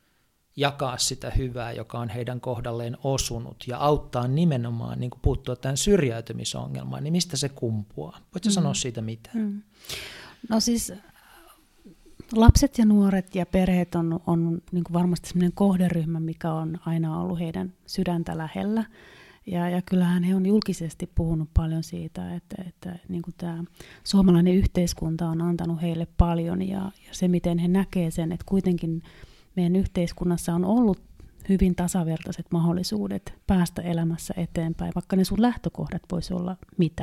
jakaa sitä hyvää, joka on heidän kohdalleen osunut ja auttaa nimenomaan niin kuin puuttua tähän syrjäytymisongelmaan, niin mistä se kumpuaa? Voitko sanoa siitä mitään? No siis lapset ja nuoret ja perheet on niin kuin varmasti sellainen kohderyhmä, mikä on aina ollut heidän sydäntä lähellä. Ja kyllähän he on julkisesti puhunut paljon siitä, että niin kuin tämä suomalainen yhteiskunta on antanut heille paljon ja se, miten he näkee sen, että kuitenkin meidän yhteiskunnassa on ollut hyvin tasavertaiset mahdollisuudet päästä elämässä eteenpäin, vaikka ne sun lähtökohdat voisi olla mitä.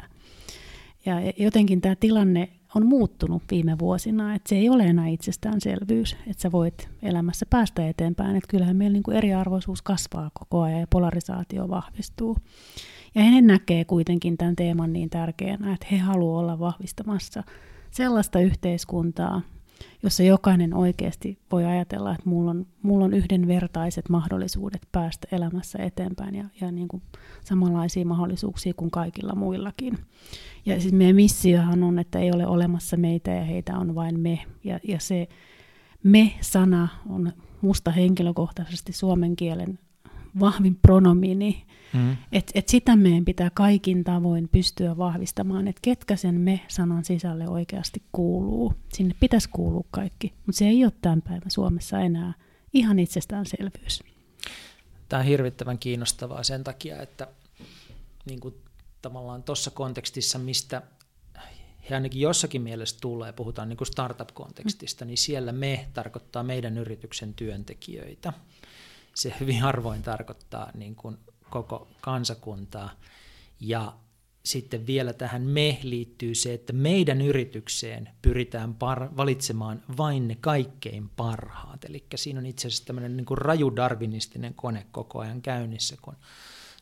Ja jotenkin tämä tilanne on muuttunut viime vuosina, että se ei ole enää itsestäänselvyys, että sä voit elämässä päästä eteenpäin, että kyllähän meillä niin kuin eriarvoisuus kasvaa koko ajan ja polarisaatio vahvistuu. Ja he näkee kuitenkin tämän teeman niin tärkeänä, että he haluavat olla vahvistamassa sellaista yhteiskuntaa, jossa jokainen oikeasti voi ajatella, että mulla on yhdenvertaiset mahdollisuudet päästä elämässä eteenpäin ja niin kuin samanlaisia mahdollisuuksia kuin kaikilla muillakin. Ja siis meidän missiohan on, että ei ole olemassa meitä ja heitä on vain me. Ja se me-sana on musta henkilökohtaisesti suomen kielen vahvin pronomiini. Että sitä meidän pitää kaikin tavoin pystyä vahvistamaan, että ketkä sen me-sanan sisälle oikeasti kuuluu. Sinne pitäisi kuulua kaikki, mutta se ei ole tämän päivän Suomessa enää ihan itsestäänselvyys. Tämä on hirvittävän kiinnostavaa sen takia, että niin kuin tavallaan tuossa kontekstissa, mistä he ainakin jossakin mielessä tulee, puhutaan niin kuin startup-kontekstista, niin siellä me tarkoittaa meidän yrityksen työntekijöitä. Se hyvin harvoin tarkoittaa niin kuin koko kansakuntaa. Ja sitten vielä tähän me liittyy se, että meidän yritykseen pyritään valitsemaan vain ne kaikkein parhaat. Eli siinä on itse asiassa tämmöinen niin kuin raju darwinistinen kone koko ajan käynnissä, kun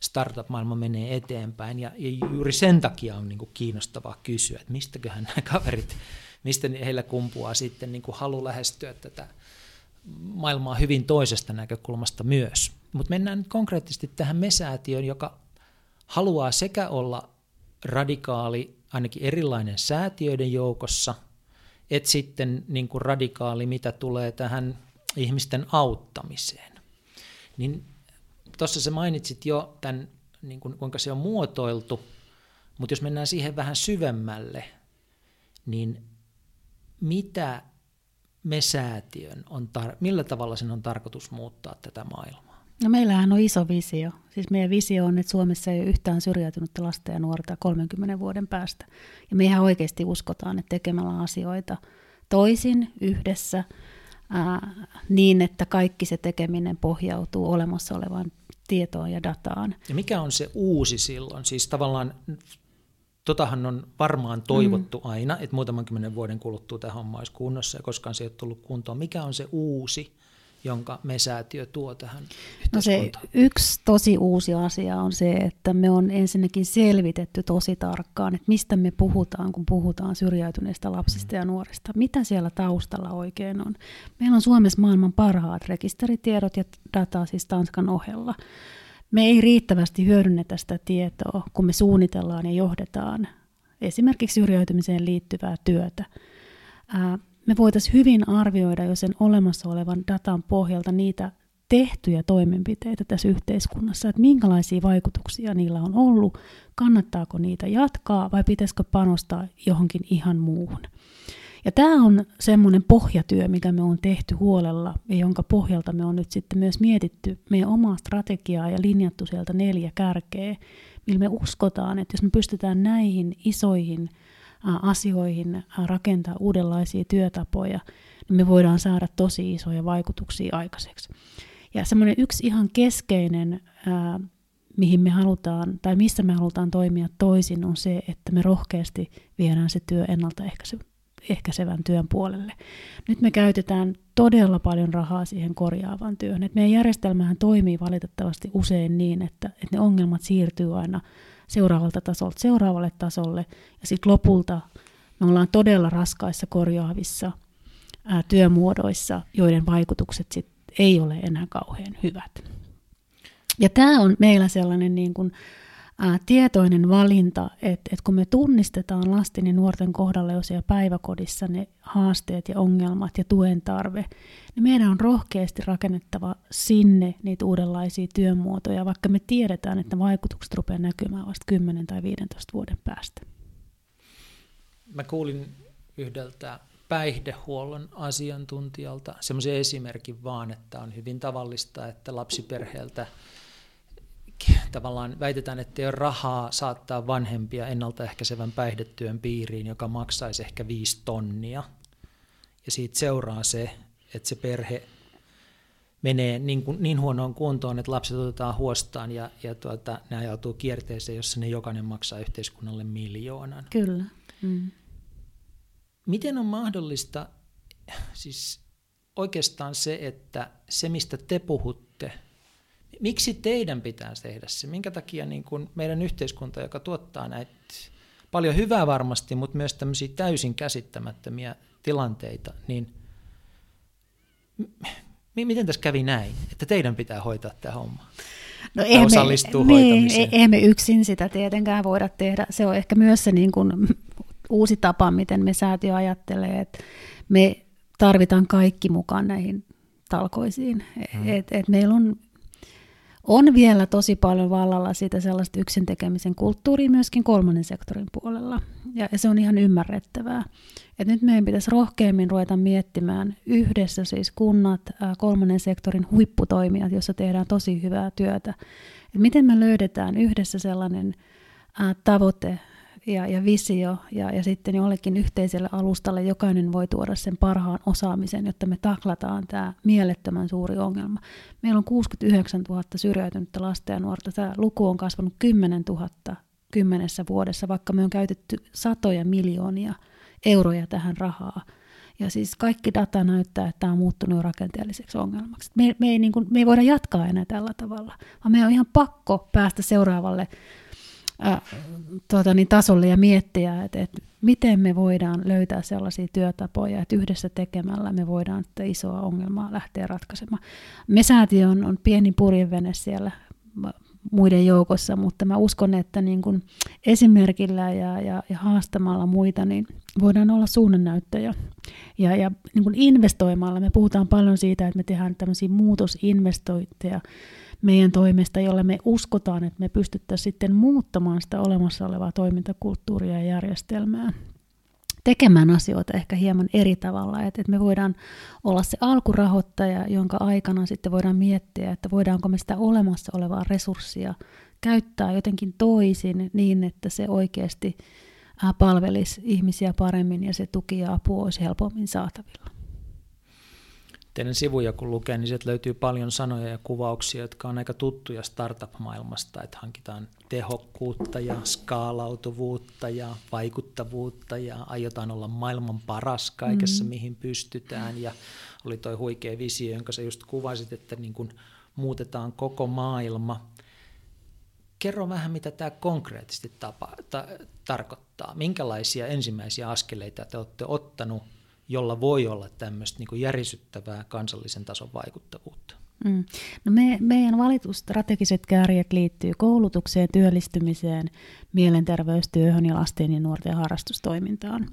startup-maailma menee eteenpäin, ja juuri sen takia on niin kuin kiinnostavaa kysyä, että mistäköhän nämä kaverit, mistä heillä kumpuaa sitten niin kuin halu lähestyä tätä maailmaa hyvin toisesta näkökulmasta myös. Mutta mennään nyt konkreettisesti tähän Me-säätiöön, joka haluaa sekä olla radikaali, ainakin erilainen säätiöiden joukossa, että sitten niin kuin radikaali, mitä tulee tähän ihmisten auttamiseen. Niin tuossa sä mainitsit jo tämän, niin kuin, kuinka se on muotoiltu, mutta jos mennään siihen vähän syvemmälle, niin mitä Me-säätiön millä tavalla sen on tarkoitus muuttaa tätä maailmaa? No meillähän on iso visio. Siis meidän visio on, että Suomessa ei ole yhtään syrjäytynyttä lasta ja nuorta 30 vuoden päästä. Ja me ihan oikeasti uskotaan, että tekemällä asioita toisin, yhdessä, niin, että kaikki se tekeminen pohjautuu olemassa olevaan tietoon ja dataan. Ja mikä on se uusi silloin? Siis tavallaan, totahan on varmaan toivottu aina, että muutaman 10 vuoden kuluttua tämä homma olisi kunnossa ja koskaan se ei ole tullut kuntoon. Mikä on se uusi, jonka Me-säätiö tuo tähän yhteiskuntaan? No se yksi tosi uusi asia on se, että me on ensinnäkin selvitetty tosi tarkkaan, että mistä me puhutaan, kun puhutaan syrjäytyneistä lapsista ja nuorista. Mitä siellä taustalla oikein on? Meillä on Suomessa maailman parhaat rekisteritiedot ja dataa siis Tanskan ohella. Me ei riittävästi hyödynnetä sitä tietoa, kun me suunnitellaan ja johdetaan esimerkiksi syrjäytymiseen liittyvää työtä. Me voitaisiin hyvin arvioida jo sen olemassa olevan datan pohjalta niitä tehtyjä toimenpiteitä tässä yhteiskunnassa, että minkälaisia vaikutuksia niillä on ollut, kannattaako niitä jatkaa vai pitäisikö panostaa johonkin ihan muuhun. Ja tämä on semmoinen pohjatyö, mikä me on tehty huolella ja jonka pohjalta me on nyt sitten myös mietitty meidän omaa strategiaa ja linjattu sieltä 4 kärkeä, millä me uskotaan, että jos me pystytään näihin isoihin asioihin rakentaa uudenlaisia työtapoja, niin me voidaan saada tosi isoja vaikutuksia aikaiseksi. Ja semmoinen yksi ihan keskeinen, mihin me halutaan, tai missä me halutaan toimia toisin, on se, että me rohkeasti viedään se työ ennaltaehkäisevän työn puolelle. Nyt me käytetään todella paljon rahaa siihen korjaavaan työhön. Et meidän järjestelmähän toimii valitettavasti usein niin, että ne ongelmat siirtyy aina seuraavalta tasolta seuraavalle tasolle, ja sitten lopulta me ollaan todella raskaissa korjaavissa työmuodoissa, joiden vaikutukset sit ei ole enää kauhean hyvät. Ja tämä on meillä sellainen niin kuin, tietoinen valinta, että kun me tunnistetaan lasten ja nuorten kohdalla jo siellä päiväkodissa ne haasteet ja ongelmat ja tuen tarve, niin meidän on rohkeasti rakennettava sinne niitä uudenlaisia työmuotoja, vaikka me tiedetään, että vaikutukset rupeaa näkymään vasta 10 tai 15 vuoden päästä. Mä kuulin yhdeltä päihdehuollon asiantuntijalta semmoisen esimerkin vaan, että on hyvin tavallista, että lapsiperheeltä tavallaan väitetään, että ei ole rahaa saattaa vanhempia ennaltaehkäisevän päihdetyön piiriin, joka maksaisi ehkä 5 tonnia. Ja siitä seuraa se, että se perhe menee niin huonoon kuntoon, että lapset otetaan huostaan ja ne ajautuu kierteeseen, jossa ne jokainen maksaa yhteiskunnalle 1 miljoonan. Kyllä. Miten on mahdollista, siis oikeastaan se, että se mistä te puhutte, miksi teidän pitää tehdä se? Minkä takia niin kun meidän yhteiskunta, joka tuottaa näitä paljon hyvää varmasti, mutta myös tämmöisiä täysin käsittämättömiä tilanteita, niin miten tässä kävi näin, että teidän pitää hoitaa tämä homma? No osallistuu hoitamiseen. Eihän me yksin sitä tietenkään voida tehdä. Se on ehkä myös se niin kuin uusi tapa, miten me säätiö ajattelee, että me tarvitaan kaikki mukaan näihin talkoisiin. Et meillä on vielä tosi paljon vallalla siitä sellaista yksin tekemisen kulttuuria myöskin 3. sektorin puolella, ja se on ihan ymmärrettävää. Et nyt meidän pitäisi rohkeammin ruveta miettimään yhdessä siis kunnat, 3. sektorin huipputoimijat, joissa tehdään tosi hyvää työtä. Et miten me löydetään yhdessä sellainen tavoite ja visio ja sitten jollekin yhteiselle alustalle jokainen voi tuoda sen parhaan osaamisen, jotta me taklataan tämä mielettömän suuri ongelma. Meillä on 69 000 syrjäytynyttä lasta ja nuorta. Tämä luku on kasvanut 10 000 10 vuodessa, vaikka me on käytetty satoja miljoonia euroja tähän rahaa. Ja siis kaikki data näyttää, että tämä on muuttunut rakenteelliseksi ongelmaksi. Me ei voida jatkaa enää tällä tavalla, vaan meidän on ihan pakko päästä seuraavalle tasolle ja miettiä, että miten me voidaan löytää sellaisia työtapoja, että yhdessä tekemällä me voidaan tätä isoa ongelmaa lähteä ratkaisemaan. Me-säätiö on pieni purjevene siellä muiden joukossa, mutta mä uskon, että niin kuin esimerkillä ja haastamalla muita, niin voidaan olla suunnannäyttäjä. Ja niin kuin investoimalla, me puhutaan paljon siitä, että me tehdään tämmöisiä muutosinvestointeja meidän toimesta, jolla me uskotaan, että me pystyttäisiin sitten muuttamaan sitä olemassa olevaa toimintakulttuuria ja järjestelmää, tekemään asioita ehkä hieman eri tavalla, että me voidaan olla se alkurahoittaja, jonka aikana sitten voidaan miettiä, että voidaanko me sitä olemassa olevaa resurssia käyttää jotenkin toisin niin, että se oikeasti palvelisi ihmisiä paremmin ja se tuki ja apu olisi helpommin saatavilla. Teidän sivuja kun lukee, niin sieltä löytyy paljon sanoja ja kuvauksia, jotka on aika tuttuja startup-maailmasta, että hankitaan tehokkuutta ja skaalautuvuutta ja vaikuttavuutta ja aiotaan olla maailman paras kaikessa, mihin pystytään. Ja oli toi huikea visio, jonka sä just kuvasit, että niin kun muutetaan koko maailma. Kerro vähän, mitä tämä konkreettisesti tarkoittaa. Minkälaisia ensimmäisiä askeleita te olette ottanut, jolla voi olla tämmöistä niin kuin järisyttävää kansallisen tason vaikuttavuutta? No meidän valitut strategiset kärjet liittyy koulutukseen, työllistymiseen, mielenterveystyöhön ja lasten ja nuorten harrastustoimintaan.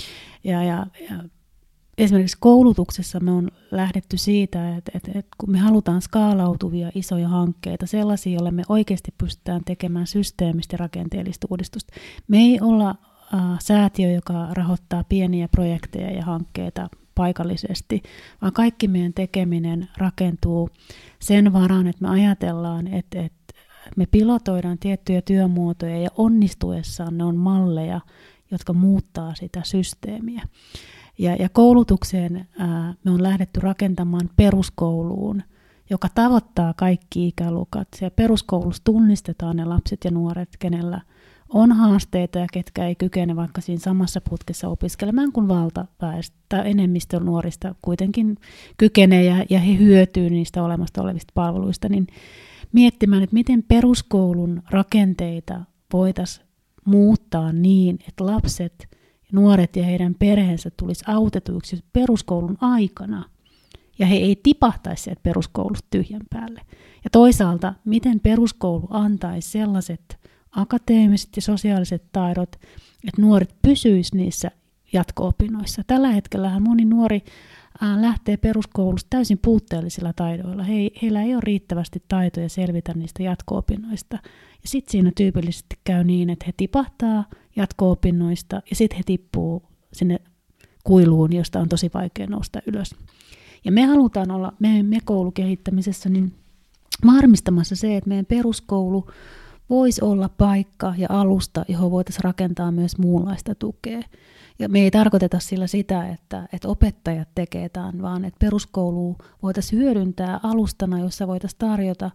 Ja esimerkiksi koulutuksessa me on lähdetty siitä, että kun me halutaan skaalautuvia isoja hankkeita, sellaisia, joilla me oikeasti pystytään tekemään systeemistä ja rakenteellista uudistusta. Me ei olla säätiö, joka rahoittaa pieniä projekteja ja hankkeita paikallisesti, vaan kaikki meidän tekeminen rakentuu sen varaan, että me ajatellaan, että me pilotoidaan tiettyjä työmuotoja ja onnistuessaan ne on malleja, jotka muuttaa sitä systeemiä. Ja koulutukseen me on lähdetty rakentamaan peruskouluun, joka tavoittaa kaikki ikäluokat. Siellä peruskoulussa tunnistetaan ne lapset ja nuoret, kenellä on haasteita ja ketkä ei kykene vaikka siinä samassa putkessa opiskelemaan kuin valtaväestö, enemmistö nuorista kuitenkin kykenee ja he hyötyy niistä olemasta olevista palveluista, niin miettimään, että miten peruskoulun rakenteita voitaisiin muuttaa niin, että lapset, nuoret ja heidän perheensä tulisi autetuiksi peruskoulun aikana ja he ei tipahtaisi sieltä peruskoulusta tyhjän päälle. Ja toisaalta, miten peruskoulu antaisi sellaiset akateemiset ja sosiaaliset taidot, että nuoret pysyisivät niissä jatko-opinnoissa. Tällä hetkellähän moni nuori lähtee peruskoulusta täysin puutteellisilla taidoilla. Heillä ei ole riittävästi taitoja selvitä niistä jatko-opinnoista. Ja sitten siinä tyypillisesti käy niin, että he tipahtaa jatko-opinnoista ja sitten he tippuu sinne kuiluun, josta on tosi vaikea nousta ylös. Ja me halutaan olla meidän koulukehittämisessä niin varmistamassa se, että meidän peruskoulu voisi olla paikka ja alusta, johon voitaisiin rakentaa myös muunlaista tukea. Ja me ei tarkoiteta sillä sitä, että opettajat tekee tämän, vaan että peruskoulua voitaisiin hyödyntää alustana, jossa voitaisiin tarjota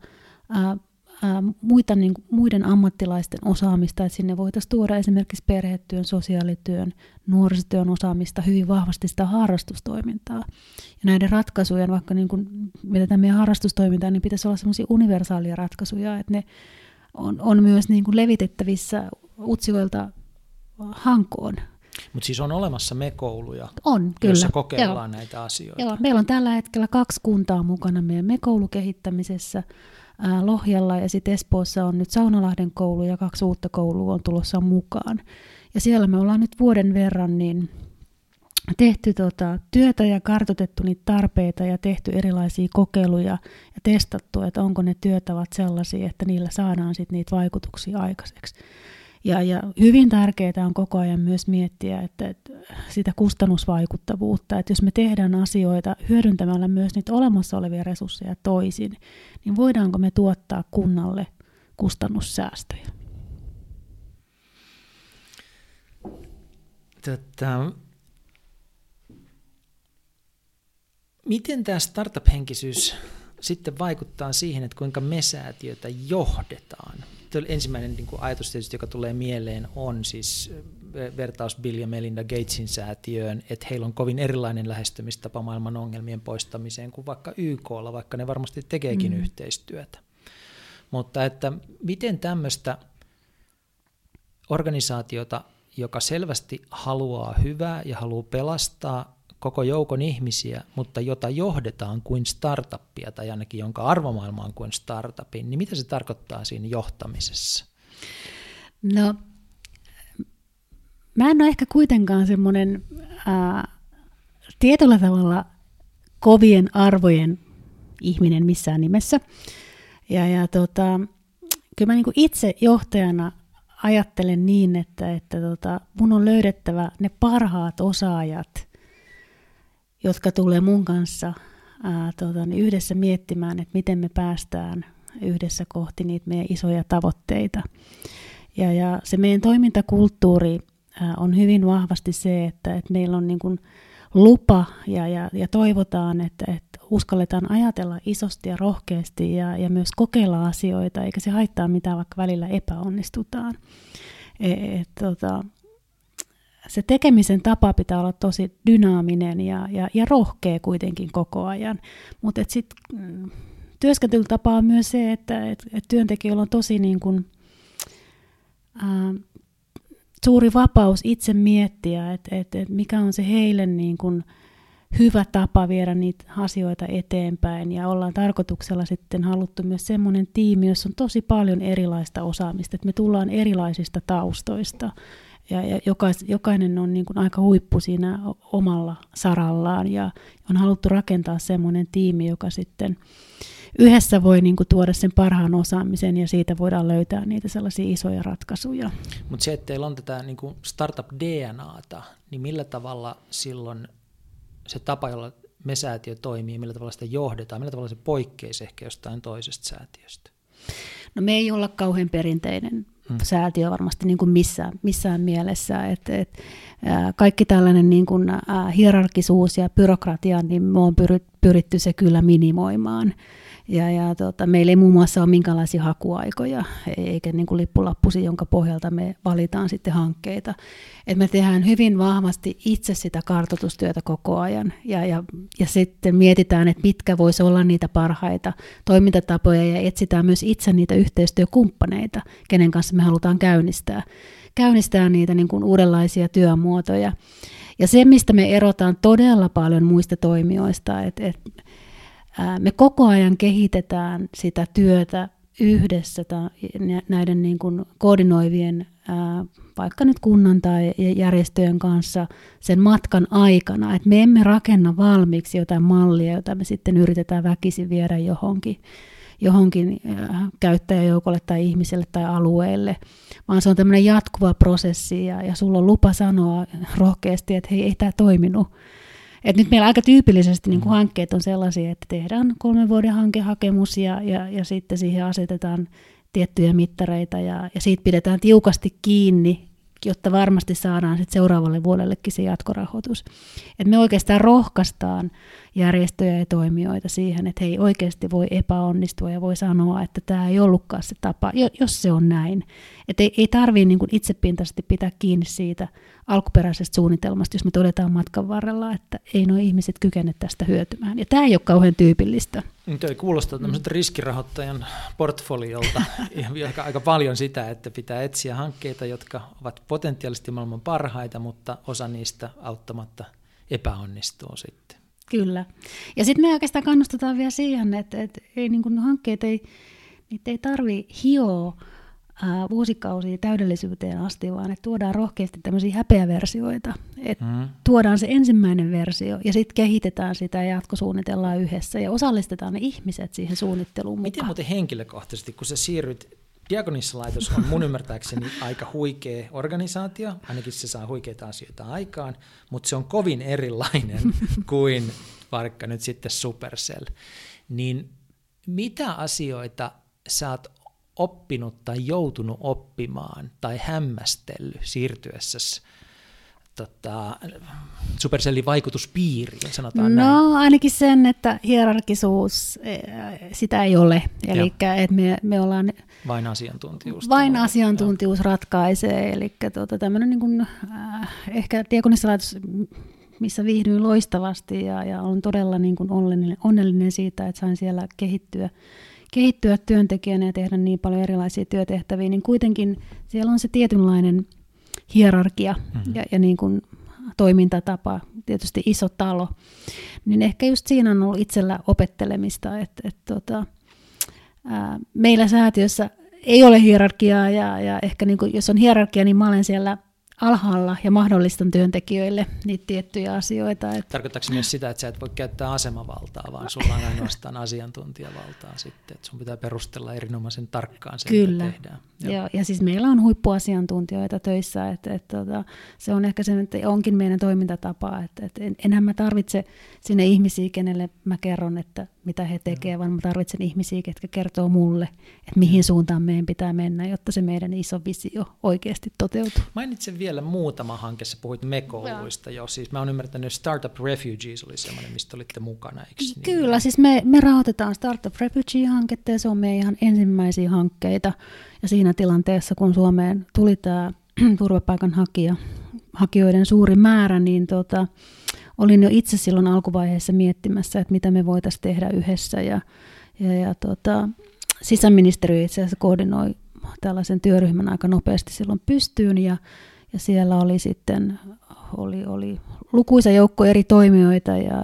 muiden ammattilaisten osaamista, että sinne voitaisiin tuoda esimerkiksi perhetyön, sosiaalityön, nuorisotyön osaamista, hyvin vahvasti sitä harrastustoimintaa. Ja näiden ratkaisujen, vaikka niin kuin mietitään meidän harrastustoimintaa, niin pitäisi olla sellaisia universaalia ratkaisuja, että ne on myös niin kuin levitettävissä Utsjoelta Hankoon. Mutta siis on olemassa me-kouluja, kyllä, joissa kokeillaan näitä asioita. Joo, meillä on tällä hetkellä 2 kuntaa mukana meidän me-koulukehittämisessä Lohjalla ja sitten Espoossa on nyt Saunalahden koulu ja 2 uutta koulua on tulossa mukaan. Ja siellä me ollaan nyt vuoden verran niin tehty työtä ja kartoitettu niitä tarpeita ja tehty erilaisia kokeiluja ja testattu, että onko ne työtavat sellaisia, että niillä saadaan sitten niitä vaikutuksia aikaiseksi. Ja hyvin tärkeää on koko ajan myös miettiä, että sitä kustannusvaikuttavuutta, että jos me tehdään asioita hyödyntämällä myös niitä olemassa olevia resursseja toisin, niin voidaanko me tuottaa kunnalle kustannussäästöjä? Miten tämä startup-henkisyys sitten vaikuttaa siihen, että kuinka me-säätiötä johdetaan? ensimmäinen niin kuin ajatus tietysti, joka tulee mieleen, on siis vertaus Bill ja Melinda Gatesin säätiöön, että heillä on kovin erilainen lähestymistapa maailman ongelmien poistamiseen kuin vaikka YK:lla, vaikka ne varmasti tekeekin yhteistyötä. Mutta että miten tämmöistä organisaatiota, joka selvästi haluaa hyvää ja haluaa pelastaa koko joukon ihmisiä, mutta jota johdetaan kuin startuppia tai ainakin jonka arvomaailma on kuin startupin, niin mitä se tarkoittaa siinä johtamisessa? No, mä en ole ehkä kuitenkaan semmoinen tietyllä tavalla kovien arvojen ihminen missään nimessä. Kyllä mä niinku itse johtajana ajattelen niin, että mun on löydettävä ne parhaat osaajat, jotka tulee mun kanssa yhdessä miettimään, että miten me päästään yhdessä kohti niitä meidän isoja tavoitteita. Ja se meidän toimintakulttuuri on hyvin vahvasti se, että meillä on niin kuin lupa ja toivotaan, että uskalletaan ajatella isosti ja rohkeasti ja myös kokeilla asioita, eikä se haittaa mitään, vaikka välillä epäonnistutaan. Se tekemisen tapa pitää olla tosi dynaaminen ja rohkea kuitenkin koko ajan, mutta sitten työskentelytapa on myös se, että työntekijöillä on tosi niin kuin, suuri vapaus itse miettiä, että mikä on se heille niin kuin hyvä tapa viedä niitä asioita eteenpäin, ja ollaan tarkoituksella sitten haluttu myös semmoinen tiimi, jossa on tosi paljon erilaista osaamista, että me tullaan erilaisista taustoista, ja jokainen on niin kuin aika huippu siinä omalla sarallaan, ja on haluttu rakentaa semmoinen tiimi, joka sitten yhdessä voi niin kuin tuoda sen parhaan osaamisen, ja siitä voidaan löytää niitä sellaisia isoja ratkaisuja. Mutta se, että teillä on tätä niin kuin startup-DNAta, niin millä tavalla silloin se tapa, jolla me-säätiö toimii, millä tavalla sitä johdetaan, millä tavalla se poikkeisi ehkä jostain toisesta säätiöstä? No me ei olla kauhean perinteinen säätiö varmasti niin kuin missään mielessä. Kaikki tällainen niin kuin hierarkisuus ja byrokratia, niin me on pyritty se kyllä minimoimaan. Meillä ei muun muassa ole minkälaisia hakuaikoja, eikä niin kuin lippulappusi, jonka pohjalta me valitaan sitten hankkeita. Et me tehdään hyvin vahvasti itse sitä kartoitustyötä koko ajan, ja sitten mietitään, että mitkä voisi olla niitä parhaita toimintatapoja, ja etsitään myös itse niitä yhteistyökumppaneita, kenen kanssa me halutaan käynnistää niitä niin kuin uudenlaisia työmuotoja. Ja se, mistä me erotaan todella paljon muista toimijoista, että me koko ajan kehitetään sitä työtä yhdessä näiden niin kuin koordinoivien, vaikka nyt kunnan tai järjestöjen kanssa sen matkan aikana. Et me emme rakenna valmiiksi jotain mallia, jota me sitten yritetään väkisin viedä johonkin käyttäjäjoukolle tai ihmiselle tai alueelle, vaan se on tämmöinen jatkuva prosessi, ja sulla on lupa sanoa rohkeasti, että hei, ei tämä toiminut. Et nyt meillä aika tyypillisesti niin kuin hankkeet on sellaisia, että tehdään 3 vuoden hankehakemus ja sitten siihen asetetaan tiettyjä mittareita, ja siitä pidetään tiukasti kiinni, jotta varmasti saadaan sitten seuraavalle vuodellekin se jatkorahoitus. Et me oikeastaan rohkaistaan järjestöjä ja toimijoita siihen, että hei, oikeasti voi epäonnistua ja voi sanoa, että tämä ei ollutkaan se tapa, jos se on näin. Että ei tarvitse niin kuin itsepintaisesti pitää kiinni siitä alkuperäisestä suunnitelmasta, jos me todetaan matkan varrella, että ei nuo ihmiset kykene tästä hyötymään. Ja tämä ei ole kauhean tyypillistä. Tuo kuulostaa tämmöiseltä riskirahoittajan portfoliolta aika paljon sitä, että pitää etsiä hankkeita, jotka ovat potentiaalisesti maailman parhaita, mutta osa niistä auttamatta epäonnistuu sitten. Kyllä. Ja sitten me oikeastaan kannustetaan vielä siihen, että ei, niin kuin hankkeet niitä ei tarvitse hioa vuosikausia täydellisyyteen asti, vaan että tuodaan rohkeasti tämmöisiä häpeäversioita. Tuodaan se ensimmäinen versio ja sitten kehitetään sitä ja jatkosuunnitellaan yhdessä ja osallistetaan ne ihmiset siihen suunnitteluun mukaan. Miten muuten henkilökohtaisesti, kun sä siirryt, Diakonissa-laitos on mun ymmärtääkseni aika huikea organisaatio, ainakin se saa huikeita asioita aikaan, mutta se on kovin erilainen kuin vaikka nyt sitten Supercell. Niin mitä asioita sä oot oppinut tai joutunut oppimaan tai hämmästellyt siirtyessäsi Supercellin vaikutuspiiriin, sanotaan näin? No ainakin sen, hierarkisuus, sitä ei ole. Eli me ollaan... Vain asiantuntijuus. Vain asiantuntijuus ratkaisee. Eli tämmöinen niin kuin, ehkä diakonissalaitos, missä viihdyin loistavasti ja olen todella niin kuin onnellinen siitä, että sain siellä kehittyä työntekijänä ja tehdä niin paljon erilaisia työtehtäviä, niin kuitenkin siellä on se tietynlainen hierarkia ja niin kuin toimintatapa, tietysti iso talo, niin ehkä just siinä on ollut itsellä opettelemista, meillä säätiössä ei ole hierarkiaa ja ehkä niin kuin, jos on hierarkia, niin mä olen siellä alhaalla ja mahdollistan työntekijöille niitä tiettyjä asioita. Tarkoittaako myös sitä, että sä et voi käyttää asemavaltaa, vaan sulla on ainoastaan asiantuntijavaltaa sitten, että sun pitää perustella erinomaisen tarkkaan sen, Kyllä. mitä tehdään. Joo. Ja siis meillä on huippuasiantuntijoita töissä, että se on ehkä se, että onkin meidän toimintatapa, että enhän mä tarvitse sinne ihmisiä, kenelle mä kerron, että mitä he tekevät, vaan mä tarvitsen ihmisiä, ketkä kertoo mulle, että mihin suuntaan meidän pitää mennä, jotta se meidän iso visio oikeasti toteutuu. Mainitsen vielä muutama hanke, sä puhuit MEK-kouluista jo. Siis mä oon ymmärtänyt, Startup Refugees oli semmoinen, mistä olitte mukana, eikö niin? Kyllä, siis me rahoitetaan Startup Refugee-hanketta ja se on meidän ihan ensimmäisiä hankkeita. Ja siinä tilanteessa, kun Suomeen tuli tämä turvapaikanhakijoiden suuri määrä, niin olin jo itse silloin alkuvaiheessa miettimässä, että mitä me voitaisiin tehdä yhdessä. Ja sisäministeriö itse asiassa koordinoi tällaisen työryhmän aika nopeasti silloin pystyyn ja siellä oli sitten oli lukuisa joukko eri toimijoita ja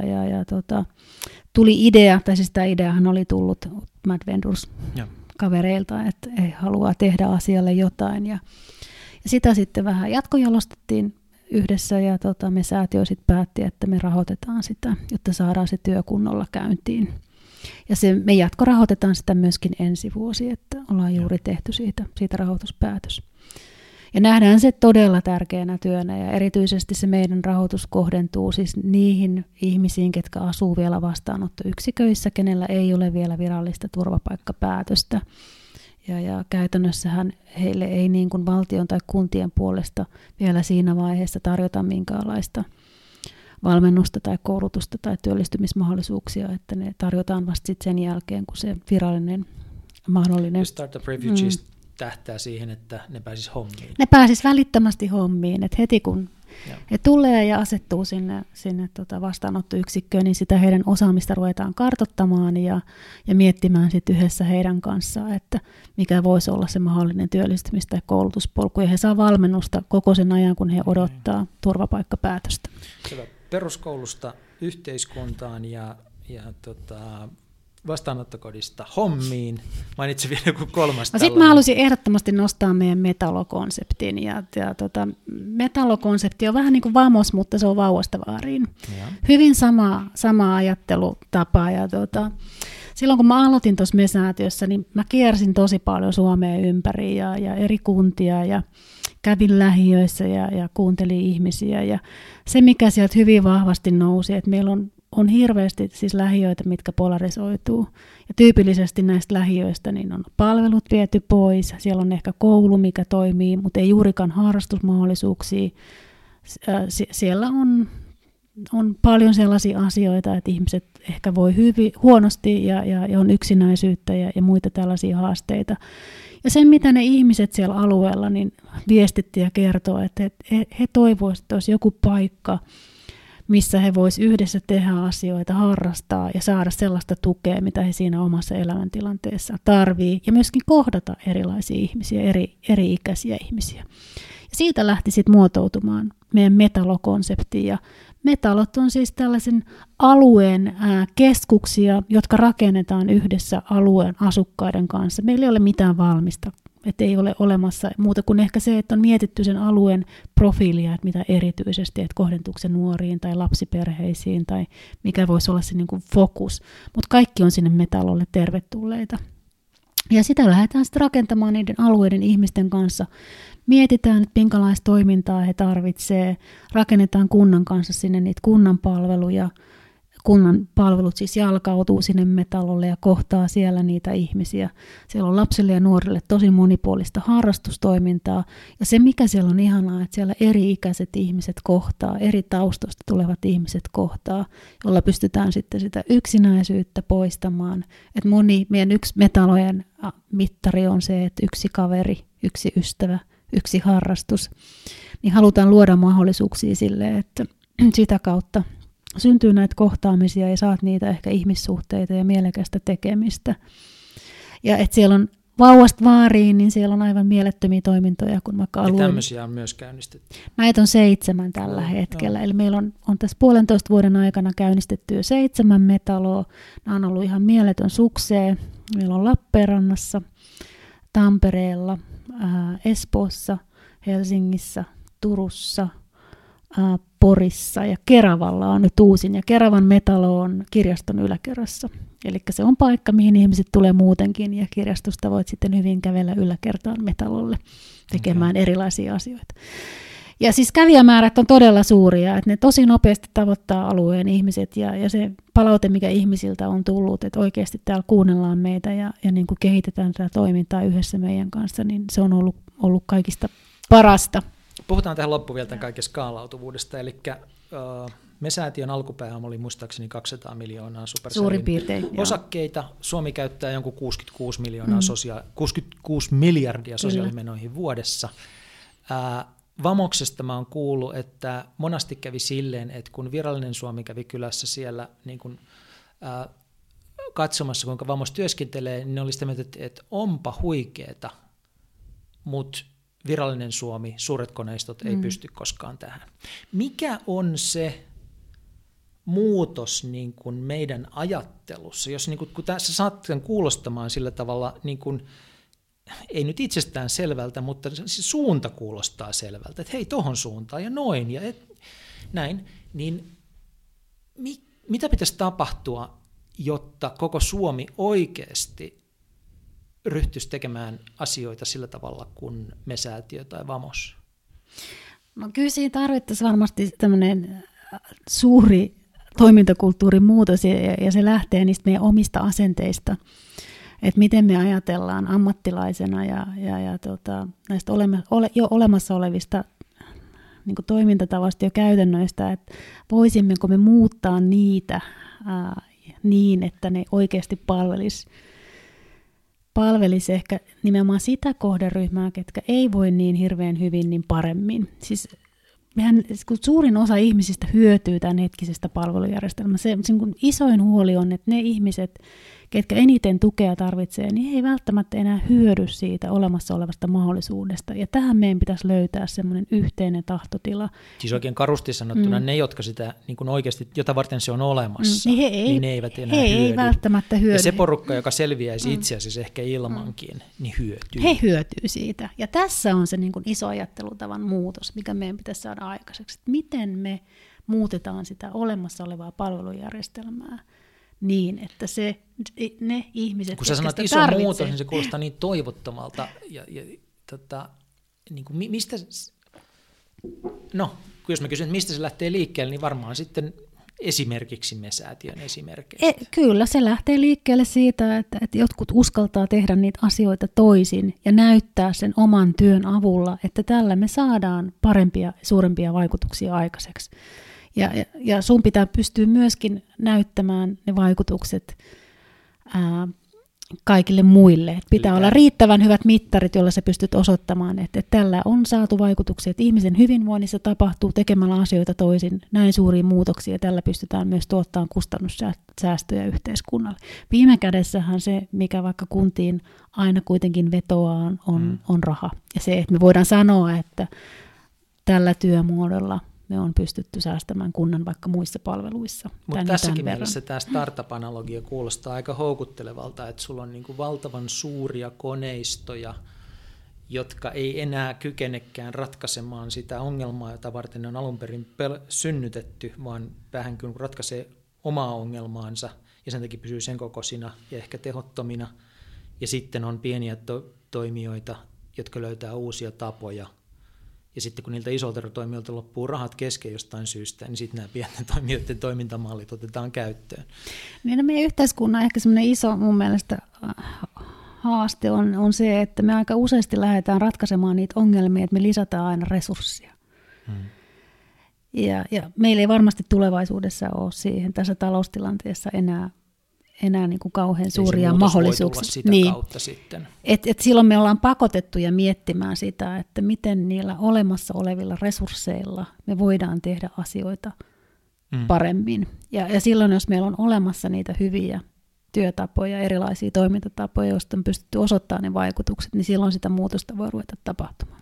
tuli idea, tai siis tämä ideahan oli tullut Mad Vendors kavereilta, että he haluaa tehdä asialle jotain ja sitä sitten vähän jatkojalostettiin yhdessä ja me säätiö sitten päätti, että me rahoitetaan sitä, jotta saadaan se työ kunnolla käyntiin. Ja me jatkorahoitetaan sitä myöskin ensi vuosi, että ollaan juuri tehty siitä rahoituspäätös. Ja nähdään se todella tärkeänä työnä ja erityisesti se meidän rahoitus kohdentuu siis niihin ihmisiin, ketkä asuu vielä vastaanottoyksiköissä, kenellä ei ole vielä virallista turvapaikkapäätöstä. Ja käytännössähän heille ei niin kuin valtion tai kuntien puolesta vielä siinä vaiheessa tarjota minkäänlaista valmennusta tai koulutusta tai työllistymismahdollisuuksia, että ne tarjotaan vasta sit sen jälkeen, kun se virallinen mahdollinen... Startup Refugees tähtää siihen, että ne pääsis hommiin. Ne pääsis välittömästi hommiin, että heti kun he tulee ja asettuu sinne vastaanottoyksikköön, niin sitä heidän osaamista ruvetaan kartoittamaan ja miettimään sit yhdessä heidän kanssaan, että mikä voisi olla se mahdollinen työllistymis- tai koulutuspolku. Ja he saa valmennusta koko sen ajan, kun he odottaa turvapaikkapäätöstä. Hyvä. Peruskoulusta yhteiskuntaan ja vastaanottokodista hommiin. Mainitsin vielä joku kolmas. Sitten mä halusin ehdottomasti nostaa meidän metalokonseptin. Metalokonsepti on vähän niin kuin vamos, mutta se on vauvasta vaariin. Hyvin sama ajattelutapa. Silloin kun mä aloitin tuossa MESäätiössä, niin mä kiersin tosi paljon Suomea ympäri ja eri kuntia ja kävin lähiöissä ja kuuntelin ihmisiä. Ja se, mikä sieltä hyvin vahvasti nousi, että meillä on hirveästi siis lähiöitä, mitkä polarisoituu. Ja tyypillisesti näistä lähiöistä niin on palvelut viety pois. Siellä on ehkä koulu, mikä toimii, mutta ei juurikaan harrastusmahdollisuuksia. Siellä on paljon sellaisia asioita, että ihmiset ehkä voi hyvin huonosti ja on yksinäisyyttä ja muita tällaisia haasteita. Ja sen, mitä ne ihmiset siellä alueella niin viestitti ja kertoo, että he toivoisivat, että olisi joku paikka, missä he voisivat yhdessä tehdä asioita, harrastaa ja saada sellaista tukea, mitä he siinä omassa elämäntilanteessa tarvii, ja myöskin kohdata erilaisia ihmisiä, eri ikäisiä ihmisiä. Ja siitä lähti sitten muotoutumaan meidän metalokonsepti, ja metalot on siis tällaisen alueen keskuksia, jotka rakennetaan yhdessä alueen asukkaiden kanssa. Meillä ei ole mitään valmista, että ei ole olemassa muuta kuin ehkä se, että on mietitty sen alueen profiilia, että mitä erityisesti, että kohdentuuko se nuoriin tai lapsiperheisiin tai mikä voisi olla se niin kuin fokus. Mutta kaikki on sinne metalolle tervetulleita. Ja sitä lähdetään sitten rakentamaan niiden alueiden ihmisten kanssa. Mietitään, että minkälaista toimintaa he tarvitsevat, rakennetaan kunnan kanssa sinne niitä kunnan palveluja. kunnan palvelut siis jalkautuu sinne Metalolle ja kohtaa siellä niitä ihmisiä. Siellä on lapsille ja nuorille tosi monipuolista harrastustoimintaa. Ja se, mikä siellä on ihanaa, että siellä eri-ikäiset ihmiset kohtaa, eri taustoista tulevat ihmiset kohtaa, jolla pystytään sitten sitä yksinäisyyttä poistamaan. Että meidän yksi Metalojen mittari on se, että yksi kaveri, yksi ystävä, yksi harrastus. Niin halutaan luoda mahdollisuuksia sille, että sitä kautta syntyy näitä kohtaamisia ja saat niitä ehkä ihmissuhteita ja mielekästä tekemistä. Ja että siellä on vauvasta vaariin, niin siellä on aivan mielettömiä toimintoja. Kun vaikka ja tämmöisiä on myös käynnistetty. Näitä on 7 tällä hetkellä. Eli meillä on tässä 1,5 vuoden aikana käynnistetty jo 7 metaloa. Nämä on ollut ihan mieletön suksee. Meillä on Lappeenrannassa, Tampereella, Espoossa, Helsingissä, Turussa, Porissa ja Keravalla on nyt uusin. Ja Keravan metalo on kirjaston yläkerrassa. Eli se on paikka, mihin ihmiset tulee muutenkin ja kirjastosta voit sitten hyvin kävellä yläkertaan metalolle tekemään erilaisia asioita. Ja siis kävijämäärät on todella suuria, että ne tosi nopeasti tavoittaa alueen ihmiset ja se palaute, mikä ihmisiltä on tullut, että oikeasti täällä kuunnellaan meitä ja niin kuin kehitetään tätä toimintaa yhdessä meidän kanssa, niin se on ollut kaikista parasta. Puhutaan tähän loppuun vielä tämän kaiken skaalautuvuudesta, eli me-säätiön alkupäähän oli muistaakseni 200 miljoonaa Supercellin osakkeita. Suomi käyttää jonkun 66 miljardia sosiaalimenoihin vuodessa. Vamoksesta mä oon kuullut, että monasti kävi silleen, että kun Virallinen Suomi kävi kylässä siellä niin kun, katsomassa, kuinka Vamos työskentelee, niin ne oli sitä mieltä, että onpa huikeeta, mutta Virallinen Suomi, suuret koneistot ei pysty koskaan tähän. Mikä on se muutos niin kuin meidän ajattelussa, jos niin kuin, kun tässä saat sen kuulostamaan sillä tavalla, niin kuin, ei nyt itsestään selvältä, mutta se suunta kuulostaa selvältä, että hei, tohon suuntaan ja noin ja näin, niin mitä pitäisi tapahtua, jotta koko Suomi oikeasti ryhtyisi tekemään asioita sillä tavalla kuin me-säätiö tai Vamos? No kyllä siinä tarvittaisiin varmasti tämmöinen suuri toimintakulttuurin muutos ja se lähtee niistä meidän omista asenteista, että miten me ajatellaan ammattilaisena ja näistä jo olemassa olevista niin kuin toimintatavoista ja käytännöistä, että voisimmeko me muuttaa niitä niin, että ne oikeasti palvelisi ehkä nimenomaan sitä kohderyhmää, ketkä ei voi niin hirveän hyvin, niin paremmin. Siis kun suurin osa ihmisistä hyötyy tämän hetkisestä palvelujärjestelmästä, se kun isoin huoli on, että ne ihmiset, ketkä eniten tukea tarvitsee, niin he ei välttämättä enää hyödy siitä olemassa olevasta mahdollisuudesta. Ja tähän meidän pitäisi löytää semmoinen yhteinen tahtotila. Siis oikein karusti sanottuna, ne, jotka sitä niin kuin oikeasti, jota varten se on olemassa, niin ne eivät enää hyödy. Ei välttämättä hyödy. Ja se porukka, joka selviäisi itse asiassa ehkä ilmankin, niin hyötyy. He hyötyy siitä. Ja tässä on se niin kuin iso ajattelutavan muutos, mikä meidän pitäisi saada aikaiseksi. Että miten me muutetaan sitä olemassa olevaa palvelujärjestelmää niin, että ne ihmiset, kun sä sanot iso muutos, niin se kuulostaa niin toivottomalta. Niin kuin mistä, no, jos mä kysyn, että mistä se lähtee liikkeelle, niin varmaan sitten esimerkiksi me-säätiön esimerkkeistä. Kyllä, se lähtee liikkeelle siitä, että jotkut uskaltaa tehdä niitä asioita toisin ja näyttää sen oman työn avulla, että tällä me saadaan parempia, suurempia vaikutuksia aikaiseksi. Ja sun pitää pystyä myöskin näyttämään ne vaikutukset kaikille muille. Et pitää olla riittävän hyvät mittarit, joilla sä pystyt osoittamaan, että tällä on saatu vaikutuksia, että ihmisen hyvinvoinnissa tapahtuu tekemällä asioita toisin, näin suuria muutoksia, ja tällä pystytään myös tuottamaan kustannussäästöjä yhteiskunnalle. Viime kädessähän se, mikä vaikka kuntiin aina kuitenkin vetoaa, on raha. Ja se, että me voidaan sanoa, että tällä työmuodolla me on pystytty säästämään kunnan vaikka muissa palveluissa. Mutta tässäkin mielessä tämä startup-analogia kuulostaa aika houkuttelevalta, että sulla on niin kuin valtavan suuria koneistoja, jotka ei enää kykenekään ratkaisemaan sitä ongelmaa, jota varten ne on alun perin synnytetty, vaan vähän kuin ratkaisee omaa ongelmaansa ja sen takia pysyy sen kokoisina ja ehkä tehottomina. Ja sitten on pieniä toimijoita, jotka löytää uusia tapoja Ja sitten kun niiltä isolta toimijoilta loppuu rahat kesken jostain syystä, niin sitten nämä pienten toimijoiden toimintamallit otetaan käyttöön. Niin, no meidän yhteiskunnan ehkä semmoinen iso mun mielestä haaste on se, että me aika useasti lähdetään ratkaisemaan niitä ongelmia, että me lisätään aina resursseja. Ja meillä ei varmasti tulevaisuudessa ole siihen tässä taloustilanteessa enää niin kuin kauhean suuria mahdollisuuksia. Sitä kautta sitten. Et silloin me ollaan pakotettuja miettimään sitä, että miten niillä olemassa olevilla resursseilla me voidaan tehdä asioita paremmin. Ja silloin, jos meillä on olemassa niitä hyviä työtapoja, erilaisia toimintatapoja, joista on pystytty osoittamaan ne vaikutukset, niin silloin sitä muutosta voi ruveta tapahtumaan.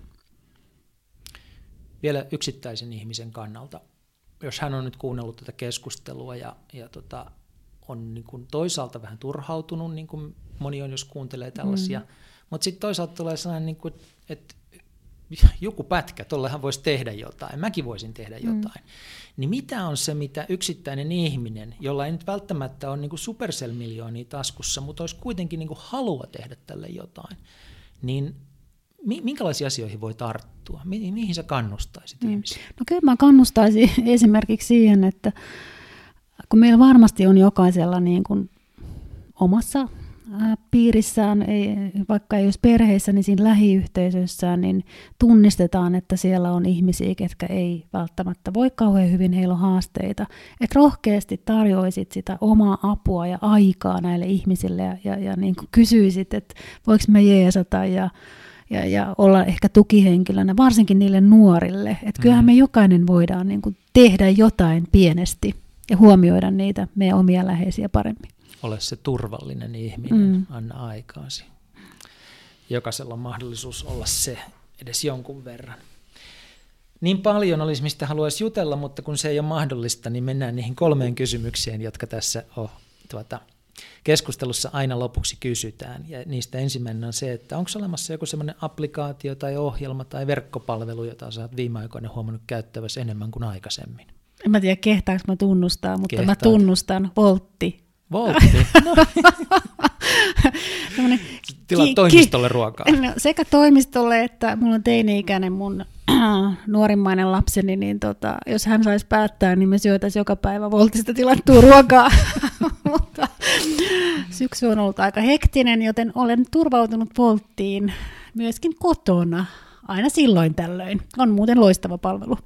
Vielä yksittäisen ihmisen kannalta, jos hän on nyt kuunnellut tätä keskustelua ja on niin kuin toisaalta vähän turhautunut, niin kuin moni on, jos kuuntelee tällaisia, mutta sitten toisaalta tulee sellainen, niin kuin, että joku pätkä, tollehan voisi tehdä jotain, mäkin voisin tehdä jotain. Niin mitä on se, mitä yksittäinen ihminen, jolla ei nyt välttämättä ole niin kuin Supercell-miljoonia taskussa, mutta olisi kuitenkin niin kuin halua tehdä tälle jotain, niin minkälaisiin asioihin voi tarttua? Mihin sä kannustaisit ihmisiä? No kyllä mä kannustaisin esimerkiksi siihen, että kun meillä varmasti on jokaisella niin kuin omassa piirissään, vaikka ei olisi perheissä, niin siinä lähiyhteisössään, niin tunnistetaan, että siellä on ihmisiä, ketkä ei välttämättä voi kauhean hyvin, heillä on haasteita. Että rohkeasti tarjoisit sitä omaa apua ja aikaa näille ihmisille ja niin kuin kysyisit, että voiko me jeesata ja olla ehkä tukihenkilönä, varsinkin niille nuorille. Että kyllähän me jokainen voidaan niin kuin tehdä jotain pienesti ja huomioida niitä meidän omia läheisiä paremmin. Ole se turvallinen ihminen, anna aikaasi. Jokaisella on mahdollisuus olla se edes jonkun verran. Niin paljon olisi, mistä haluaisi jutella, mutta kun se ei ole mahdollista, niin mennään niihin 3 kysymykseen, jotka tässä on keskustelussa aina lopuksi kysytään. Ja niistä ensimmäinen on se, että onko olemassa joku semmoinen applikaatio tai ohjelma tai verkkopalvelu, jota sä oot viime aikoina huomannut käyttävässä enemmän kuin aikaisemmin? En mä tiedä, kehtaanko mä tunnustaa, mutta mä tunnustan Woltti. Woltti? No. Tilaa toimistolle ruokaa. No, sekä toimistolle, että mulla on teini-ikäinen mun nuorimmainen lapseni, niin jos hän saisi päättää, niin me syötäisiin joka päivä Woltista tilattua ruokaa. Mutta syksy on ollut aika hektinen, joten olen turvautunut Wolttiin myöskin kotona, aina silloin tällöin. On muuten loistava palvelu.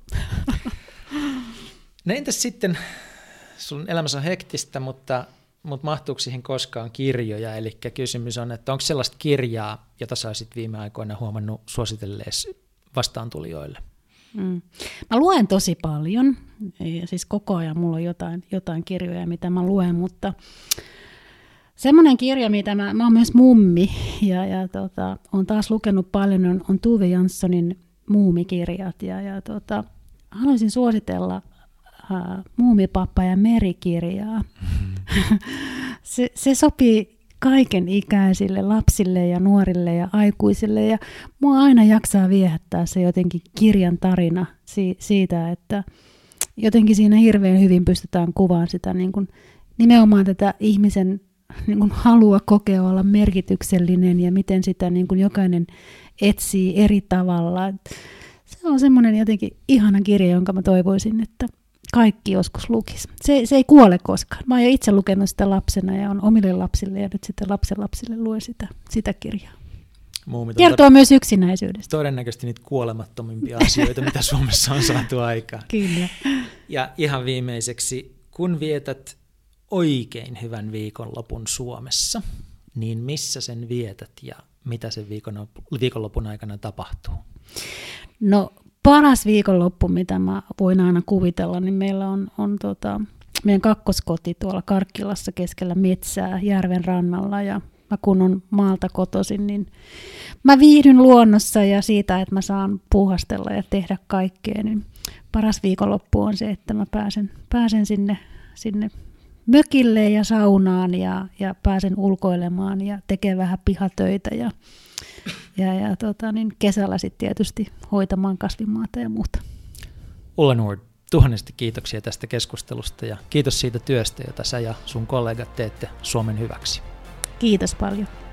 No entäs sitten, sun elämässä on hektistä, mutta mahtuuko siihen koskaan kirjoja? Eli kysymys on, että onko sellaista kirjaa, jota sä olisit viime aikoina huomannut suositelleesi vastaantulijoille? Mä luen tosi paljon, siis koko ajan mulla on jotain kirjoja, mitä mä luen, mutta semmoinen kirja, mitä mä oon myös mummi, ja on taas lukenut paljon, on Tove Janssonin Muumikirjat, ja haluaisin suositella Muumipappa ja Meri-kirjaa. Se sopii kaiken ikäisille lapsille ja nuorille ja aikuisille, ja mua aina jaksaa viehättää se jotenkin kirjan tarina siitä, että jotenkin siinä hirveän hyvin pystytään kuvaamaan sitä niin kuin, nimenomaan tätä ihmisen niin kuin halua kokea olla merkityksellinen ja miten sitä niin kuin jokainen etsii eri tavalla. Se on semmoinen jotenkin ihana kirja, jonka mä toivoisin, että kaikki joskus lukisi. Se ei kuole koskaan. Mä oon jo itse lukenut sitä lapsena ja on omille lapsille ja nyt sitten lapsenlapsille luen sitä kirjaa. Kertoo myös yksinäisyydestä. Todennäköisesti niitä kuolemattomimpia asioita, mitä Suomessa on saatu aikaan. Kyllä. Ja ihan viimeiseksi, kun vietät oikein hyvän viikonlopun Suomessa, niin missä sen vietät ja mitä sen viikonlopun aikana tapahtuu? No paras viikonloppu, mitä mä voin aina kuvitella, niin meillä on meidän kakkoskoti tuolla Karkkilassa keskellä metsää järven rannalla, ja mä kun on maalta kotoisin, niin mä viihdyn luonnossa ja siitä, että mä saan puuhastella ja tehdä kaikkea, niin paras viikonloppu on se, että mä pääsen sinne mökille ja saunaan ja pääsen ulkoilemaan ja tekemään vähän pihatöitä ja kesällä sitten tietysti hoitamaan kasvimaata ja muuta. Ulla Nord, tuhannesti kiitoksia tästä keskustelusta ja kiitos siitä työstä, jota sä ja sun kollegat teette Suomen hyväksi. Kiitos paljon.